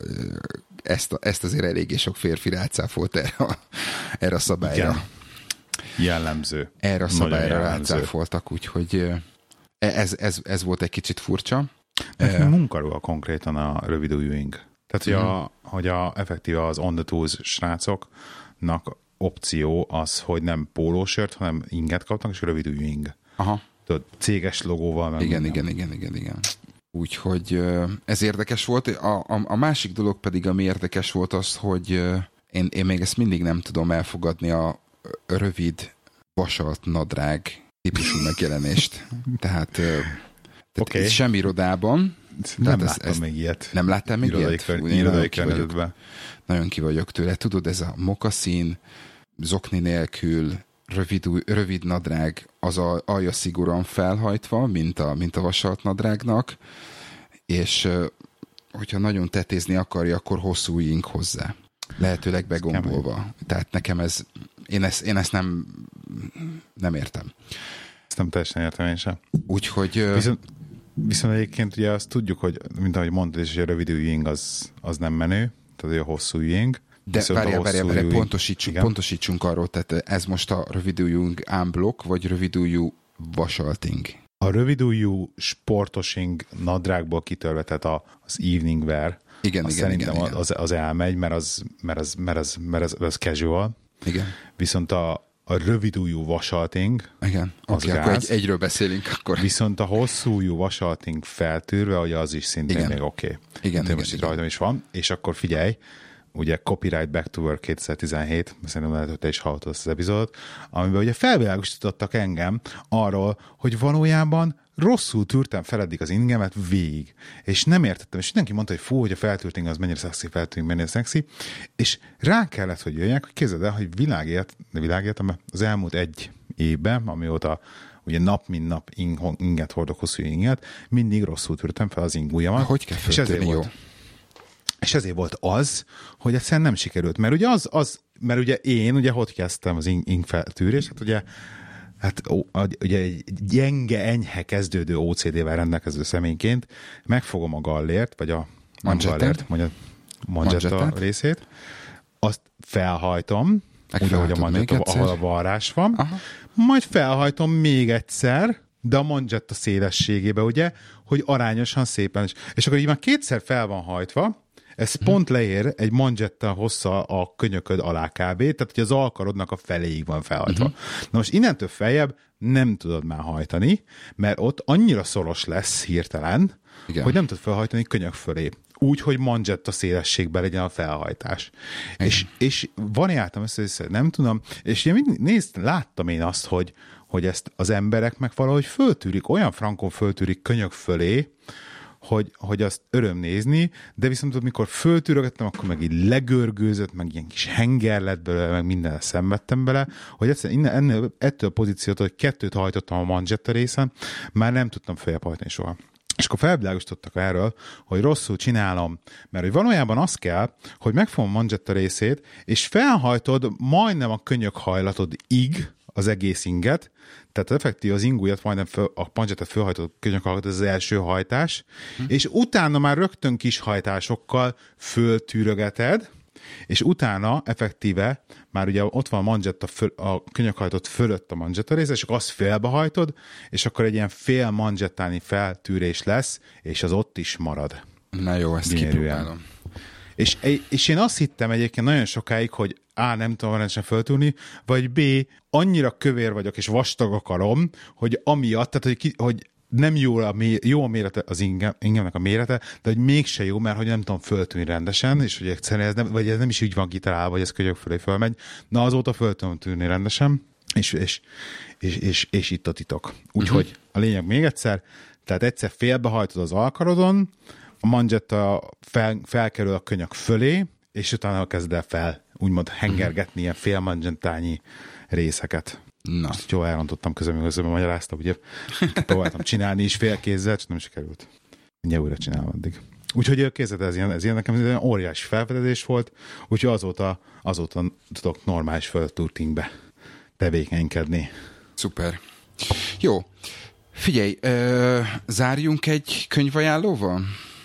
Speaker 1: ezt, ezt azért eléggé sok férfi rácáfolt erre a, erre a szabályra.
Speaker 2: Igen. Jellemző.
Speaker 1: Erre a szabályra rácáfoltak, úgyhogy ez, ez, ez volt egy kicsit furcsa.
Speaker 2: Nekünk munkaruha konkrétan a rövidújú ing. Tehát, hogy, uh-huh. a, hogy a, effektíve az on the tools srácoknak opció az, hogy nem pólósört, hanem inget kaptak, és rövidújú ing.
Speaker 1: Aha.
Speaker 2: Tudod, céges logóval. Meg
Speaker 1: igen, igen, igen, igen, igen. Úgyhogy ez érdekes volt. A, a, a másik dolog pedig, ami érdekes volt az, hogy én, én még ezt mindig nem tudom elfogadni, a rövid, vasalt nadrág típusú megjelenést. Tehát, tehát okay. Sem irodában.
Speaker 2: Nem láttam ezt, még ilyet.
Speaker 1: Nem láttál még
Speaker 2: irodai
Speaker 1: ilyet?
Speaker 2: Kör, irodai környezetben.
Speaker 1: Nagyon ki vagyok tőle. Tudod, ez a mokaszín, zokni nélkül, rövid, rövid nadrág, az a alja szigorúan felhajtva, mint a, mint a vasalt nadrágnak, és hogyha nagyon tetézni akarja, akkor hosszú ing hozzá. Lehetőleg begombolva. Tehát nekem ez, én ezt, én ezt nem, nem értem.
Speaker 2: Ezt nem teljesen értem én sem.
Speaker 1: Úgyhogy...
Speaker 2: Viszont, viszont egyébként ugye azt tudjuk, hogy mint ahogy mondtad is, hogy a rövidű ing az, az nem menő, tehát a hosszú ing.
Speaker 1: De várjál, várjál, várjál, pontosítsunk, pontosítsunk arról, tehát ez most a rövidújú unblock, vagy rövidújú vasalting?
Speaker 2: A rövidújú sportosing nadrágból kitörve, tehát a, az evening wear,
Speaker 1: igen,
Speaker 2: azt
Speaker 1: igen,
Speaker 2: szerintem
Speaker 1: igen,
Speaker 2: az, az elmegy, mert az, mert az, mert az, mert az, az casual.
Speaker 1: Igen.
Speaker 2: Viszont a, a rövidújú vasalting,
Speaker 1: igen,
Speaker 2: az
Speaker 1: okay, akkor egy, egyről beszélünk akkor.
Speaker 2: Viszont a hosszújú vasalting feltűrve, hogy az is szintén igen. még oké. Okay.
Speaker 1: Igen, igen,
Speaker 2: most
Speaker 1: igen.
Speaker 2: itt rajtam is van, és akkor figyelj, ugye Copyright Back to Work kétezer-tizenhét, szerintem lehet, hogy te is hallottad ezt az epizódot, amiben ugye felvilágosítottak engem arról, hogy valójában rosszul tűrtem fel eddig az ingemet végig, és nem értettem, és mindenki mondta, hogy fú, hogy a feltűrt inge az mennyire szexi, feltűrt mennyire szexi, és rá kellett, hogy jöjjek, hogy képzeld el, hogy világélet, de világéletemben az elmúlt egy évben, amióta ugye nap, mint nap inget hordok, hosszú inget, mindig rosszul tűrtem fel az ingújamat.
Speaker 1: Hogy kell feltűrni, jó?
Speaker 2: És ezért volt az, hogy egyszerűen nem sikerült. Mert ugye az, az mert ugye én, ugye hogy kezdtem az ing, ing feltűrés, hát ugye hát ugye egy gyenge, enyhe kezdődő ó cé dé-vel rendelkező személyként megfogom a gallért, vagy a
Speaker 1: Manchettert,
Speaker 2: Manchetta részét, azt felhajtom, úgy, ahogy a Manchetta, ahol a varrás van, aha. Majd felhajtom még egyszer, de a Manchetta szélességébe, ugye, hogy arányosan szépen is. És akkor így már kétszer fel van hajtva, ez hmm. pont leér egy Manchetta hossza a könyököd alá kb. Tehát, hogy az alkarodnak a feléig van felhajtva. Hmm. Na most innentől feljebb nem tudod már hajtani, mert ott annyira szoros lesz hirtelen, igen. hogy nem tudod felhajtani könyök fölé. Úgy, hogy Manchetta szélességben legyen a felhajtás. És, és variáltam össze, nem tudom, és én nézd, láttam én azt, hogy, hogy ezt az emberek meg valahogy föltűrik, olyan frankon föltűrik könyök fölé, hogy, hogy azt öröm nézni, de viszont ott, mikor föltűrögettem, akkor meg így legörgőzött, meg ilyen kis henger lett belőle, meg mindenre szenvedtem bele, hogy egyszerűen innen, ennél, ettől a pozíciótól, hogy kettőt hajtottam a Manchetta részen, már nem tudtam feljebb hajtani soha. És akkor felvilágosítottak erről, hogy rosszul csinálom, mert hogy valójában az kell, hogy megfogom a Manchetta részét, és felhajtod majdnem a könyök hajlatodig az egész inget, tehát effektív az ingújat majdnem föl, a Manchettát fölhajtod a könyök hajlatot, ez az első hajtás, hm. és utána már rögtön kis hajtásokkal föltűrögeted, és utána effektíve már ugye ott van a Manchetta föl, a könyökhajtott fölött a Manchetta rész, és akkor azt félbehajtod, és akkor egy ilyen fél Manchettányi feltűrés lesz, és az ott is marad.
Speaker 1: Na jó, ezt kipróbálom.
Speaker 2: És, és én azt hittem egyébként nagyon sokáig, hogy A, nem tudom rendesen föltűrni, vagy B, annyira kövér vagyok, és vastag akarom, hogy amiatt, tehát hogy, ki, hogy nem jó a, mé- jó a mérete, az ingem, ingemnek a mérete, de hogy mégse jó, mert hogy nem tudom föltűnni rendesen, és hogy egyszerűen ez nem, vagy ez nem is úgy van kitalálva, vagy ez kölyök fölé fölmegy. Na azóta föl tudom tűrni rendesen, és, és, és, és, és itt a titok. Úgyhogy uh-huh. a lényeg még egyszer, tehát egyszer félbehajtod az alkarodon, a Manchetta fel, felkerül a könyök fölé, és utána kezd el fel, úgymond hengergetni ilyen fél Manchettányi részeket.
Speaker 1: Na.
Speaker 2: Azt jól elrontottam közben, közben magyaráztam, ugye próbáltam csinálni is félkézzel, csak nem sikerült. Mindjárt újra csinálom addig. Úgyhogy kézzet, ez ilyen, ez ilyen nekem ez ilyen óriási felfedezés volt, úgyhogy azóta, azóta tudok normális földtúrtingbe tevékenykedni.
Speaker 1: Szuper. Jó. Figyelj, ö, zárjunk egy könyvajánlóval?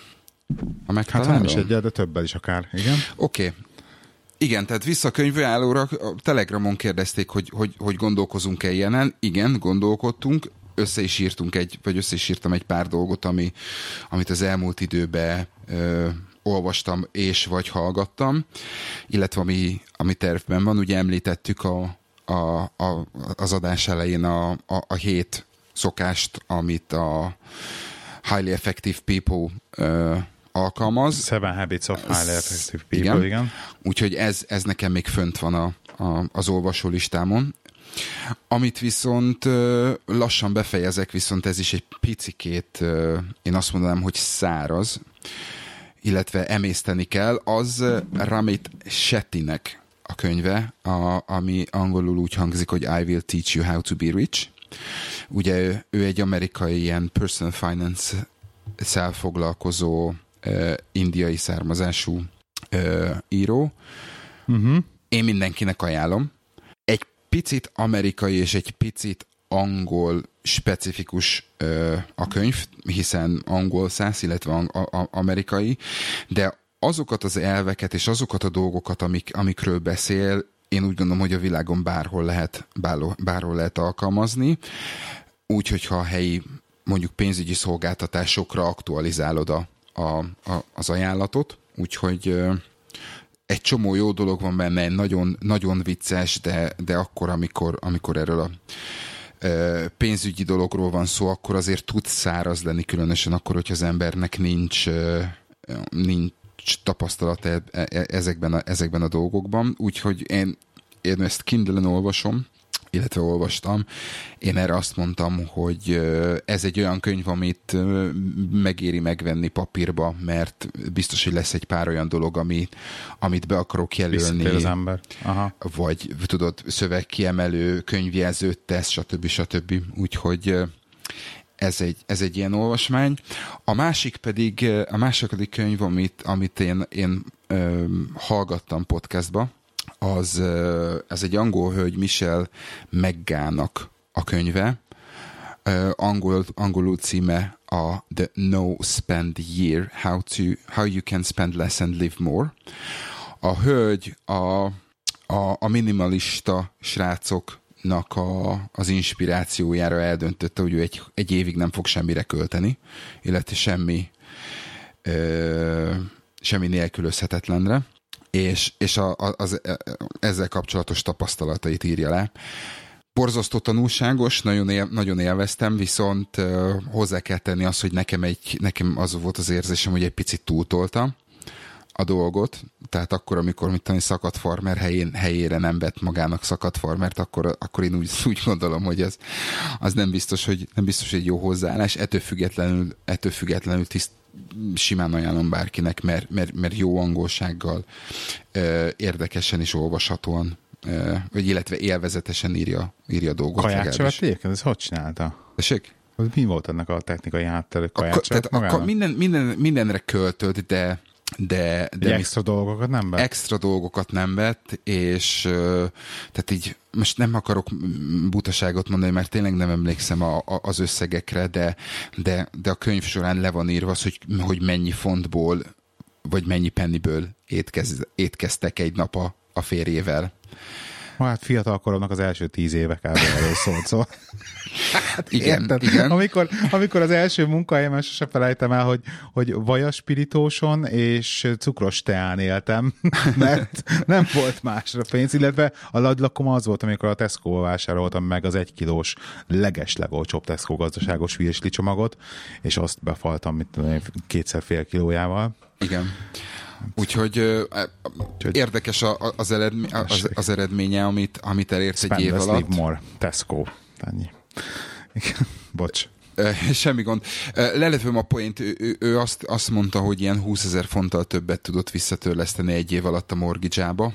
Speaker 2: Hát nem is egyel, de többel is akár, igen.
Speaker 1: Oké. Okay. Igen, tehát vissza a könyvajánlóra, a Telegramon kérdezték, hogy, hogy, hogy gondolkozunk-e ilyenen. Igen, gondolkodtunk, össze is írtunk egy, vagy össze is írtam egy pár dolgot, ami, amit az elmúlt időben ö, olvastam és vagy hallgattam, illetve ami, ami tervben van. Ugye említettük a, a, a, az adás elején a, a, a hét szokást, amit a Highly Effective People ö, alkalmaz.
Speaker 2: Seven Habits of Highly Effective People, igen. igen.
Speaker 1: Úgyhogy ez, ez nekem még fönt van a, a, az olvasó listámon. Amit viszont lassan befejezek, viszont ez is egy picikét, én azt mondanám, hogy száraz, illetve emészteni kell, az Ramit Shettynek a könyve, a, ami angolul úgy hangzik, hogy I Will Teach You How to Be Rich. Ugye ő, ő egy amerikai ilyen personal finance-szel foglalkozó Uh, indiai származású uh, író. Uh-huh. Én mindenkinek ajánlom. Egy picit amerikai és egy picit angol specifikus uh, a könyv, hiszen angol száz, illetve a- a- amerikai, de azokat az elveket és azokat a dolgokat, amik, amikről beszél, én úgy gondolom, hogy a világon bárhol lehet, bárhol, bárhol lehet alkalmazni. Úgy, hogyha a helyi mondjuk pénzügyi szolgáltatásokra aktualizálod a A, a, az ajánlatot, úgyhogy ö, egy csomó jó dolog van benne, nagyon, nagyon vicces, de, de akkor, amikor, amikor erről a ö, pénzügyi dologról van szó, akkor azért tud száraz lenni, különösen akkor, hogyha az embernek nincs, ö, nincs tapasztalata ezekben a, ezekben a dolgokban, úgyhogy én, én ezt Kindle-en olvasom, illetve olvastam. Én erre azt mondtam, hogy ez egy olyan könyv, amit megéri megvenni papírba, mert biztos, hogy lesz egy pár olyan dolog, ami, amit be akarok jelölni.
Speaker 2: Az ember. Aha.
Speaker 1: Vagy tudod, szövegkiemelő, könyvjelzőt tesz, stb. stb. Úgyhogy ez egy, ez egy ilyen olvasmány. A másik pedig, a második könyv, amit, amit én, én ö, hallgattam podcastba, az, ez egy angol hölgy, Michelle McGann-nak a könyve. Uh, angol, angolul címe a The No Spend Year, How, to, How You Can Spend Less and Live More. A hölgy a, a, a minimalista srácoknak a, az inspirációjára eldöntötte, hogy ő egy, egy évig nem fog semmire költeni, illetve semmi ö, semmi nélkülözhetetlenre, és, és a, a, az, ezzel kapcsolatos tapasztalatait írja le. Borzasztó tanulságos, nagyon, él, nagyon élveztem, viszont uh, hozzá kell tenni azt, hogy nekem, egy, nekem az volt az érzésem, hogy egy picit túltolta a dolgot, tehát akkor, amikor mit tenni, szakadt farmer helyén, helyére nem vett magának szakadt farmert, akkor, akkor én úgy, úgy gondolom, hogy ez, az nem biztos, hogy nem biztos, hogy egy jó hozzáállás, ettől függetlenül, ettől függetlenül tiszt, simán ajánlom bárkinek, mert, mert, mert jó angolsággal, uh, érdekesen és olvashatóan, uh, vagy illetve élvezetesen írja, írja dolgot.
Speaker 2: Kaját se vett egyébként? Ez hogy csinálta?
Speaker 1: Tessék?
Speaker 2: Mi volt ennek a technikai háttere? Kaját se vett
Speaker 1: magának? Minden, minden, mindenre költölt, de de, de
Speaker 2: extra mi, dolgokat nem vett?
Speaker 1: Extra dolgokat nem vett, és uh, tehát így most nem akarok butaságot mondani, mert tényleg nem emlékszem a, a, az összegekre, de, de, de a könyv során le van írva az, hogy, hogy mennyi fontból, vagy mennyi penniből étkez, étkeztek egy nap a, a férjével.
Speaker 2: Hát fiatalkoromnak az első tíz éve kb. Erről szólt, szóval. Hát
Speaker 1: igen, igen.
Speaker 2: Amikor, amikor az első munkahelyemen sose felejtem el, hogy, hogy vajaspiritóson és cukros teán éltem, mert nem volt másra pénz, illetve a ladlakom az volt, amikor a Tesco-ba vásároltam meg az egy kilós legeslegolcsóbb Tesco gazdaságos virsli csomagot, és azt befaltam mit tudom, kétszer fél kilójával.
Speaker 1: Igen. Úgyhogy uh, érdekes a, a, az, eredmény, az, az eredménye, amit, amit elért
Speaker 2: Spend
Speaker 1: egy év
Speaker 2: less,
Speaker 1: alatt.
Speaker 2: Live more. Tesco. Ennyi. Bocs.
Speaker 1: Uh, semmi gond. Uh, lelövöm a poént, ő, ő, ő azt, azt mondta, hogy ilyen húszezer fonttal többet tudott visszatörleszteni egy év alatt a mortgage-ába.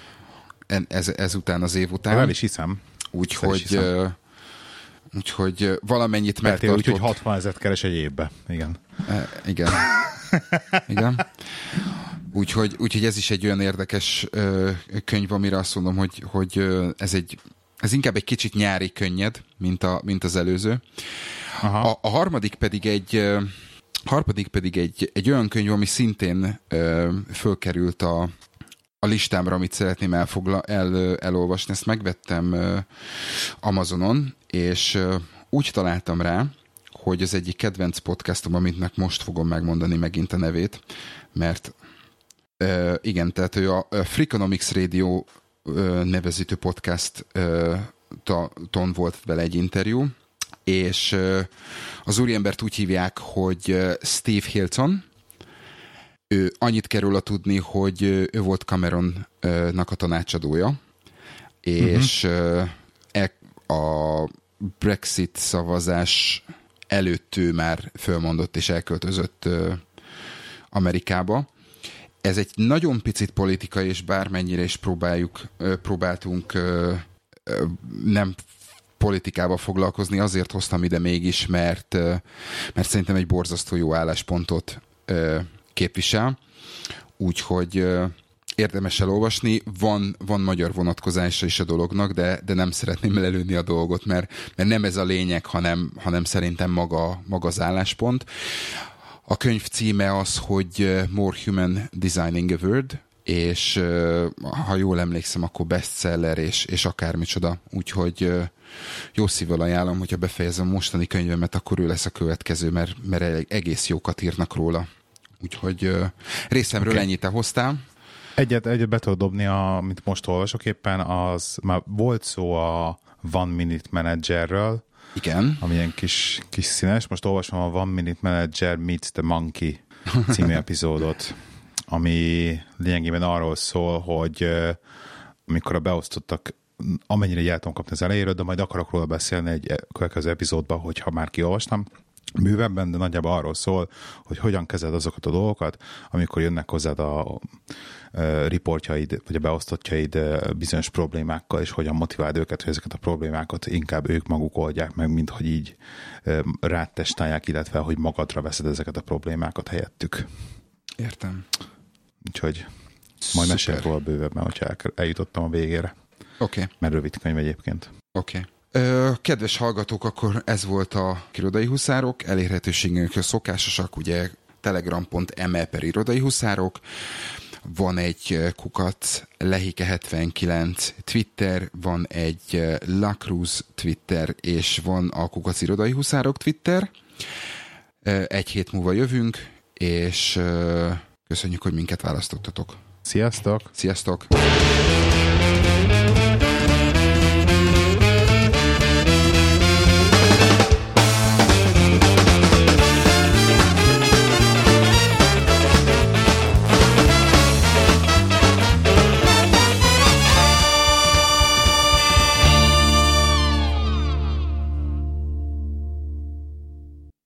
Speaker 1: Ez, ezután az év után.
Speaker 2: El is hiszem.
Speaker 1: Úgyhogy uh, úgyhogy valamennyit megtartott.
Speaker 2: Úgyhogy hatvan ezeret keres egy évbe. Igen.
Speaker 1: Uh, igen. Igen. Úgyhogy, úgyhogy ez is egy olyan érdekes ö, könyv, amire azt mondom, hogy, hogy ö, ez, egy, ez inkább egy kicsit nyári könnyed, mint, a, mint az előző. Aha. A, a harmadik pedig egy ö, harmadik pedig egy, egy olyan könyv, ami szintén ö, fölkerült a, a listámra, amit szeretném elfogla, el, elolvasni. Ezt megvettem ö, Amazonon, és ö, úgy találtam rá, hogy az egyik kedvenc podcastom, amitnek most fogom megmondani megint a nevét, mert uh, igen, tehát ő a, a Freakonomics Radio uh, nevezítő podcast uh, ton volt vele egy interjú, és uh, az úriembert úgy hívják, hogy uh, Steve Hilton. Ő annyit kerül a tudni, hogy uh, ő volt Cameronnak a tanácsadója, és uh-huh. uh, a Brexit szavazás előtt ő már fölmondott és elköltözött uh, Amerikába. Ez egy nagyon picit politika, és bármennyire is próbáljuk, uh, próbáltunk uh, uh, nem politikába foglalkozni, azért hoztam ide mégis, mert, uh, mert szerintem egy borzasztó jó álláspontot uh, képvisel. Úgyhogy uh, érdemes elolvasni. Van, van magyar vonatkozása is a dolognak, de, de nem szeretném lelőni a dolgot, mert, mert nem ez a lényeg, hanem, hanem szerintem maga, maga az álláspont. A könyv címe az, hogy More Human Designing a World, és ha jól emlékszem, akkor bestseller, és, és akármicsoda. Úgyhogy jó szívvel ajánlom, hogyha befejezem a mostani könyvemet, akkor ő lesz a következő, mert, mert egész jókat írnak róla. Úgyhogy részemről okay. Ennyit te hoztál.
Speaker 2: Egyet, egyet be tudod dobni, amit most olvasok éppen, az már volt szó a One Minute Managerről.
Speaker 1: Igen.
Speaker 2: Ami ilyen kis, kis színes. Most olvasom a One Minute Manager Meets the Monkey című epizódot, ami lényegében arról szól, hogy uh, amikor a beosztottak, amennyire el tudom kapni az elejéről, de majd akarok róla beszélni egy következő epizódban, hogyha már kiolvastam bővebben, de nagyjából arról szól, hogy hogyan kezeled azokat a dolgokat, amikor jönnek hozzád a, a riportjaid, vagy a beosztottjaid bizonyos problémákkal, és hogyan motiváld őket, hogy ezeket a problémákat inkább ők maguk oldják meg, mint hogy így rád testálják, illetve hogy magadra veszed ezeket a problémákat helyettük.
Speaker 1: Értem.
Speaker 2: Úgyhogy majd mesélek róla bővebben, hogyha eljutottam a végére.
Speaker 1: Oké. Okay.
Speaker 2: Mert rövid könyv egyébként.
Speaker 1: Oké. Okay. Kedves hallgatók, akkor ez volt a Irodai Huszárok, elérhetőségünk szokásosak, ugye telegram.me per Irodai Huszárok, van egy kukac Lehike hetvenkilenc Twitter, van egy Lacruz Twitter, és van a kukac Irodai Huszárok Twitter. Egy hét múlva jövünk, és köszönjük, hogy minket választottatok.
Speaker 2: Sziasztok!
Speaker 1: Sziasztok!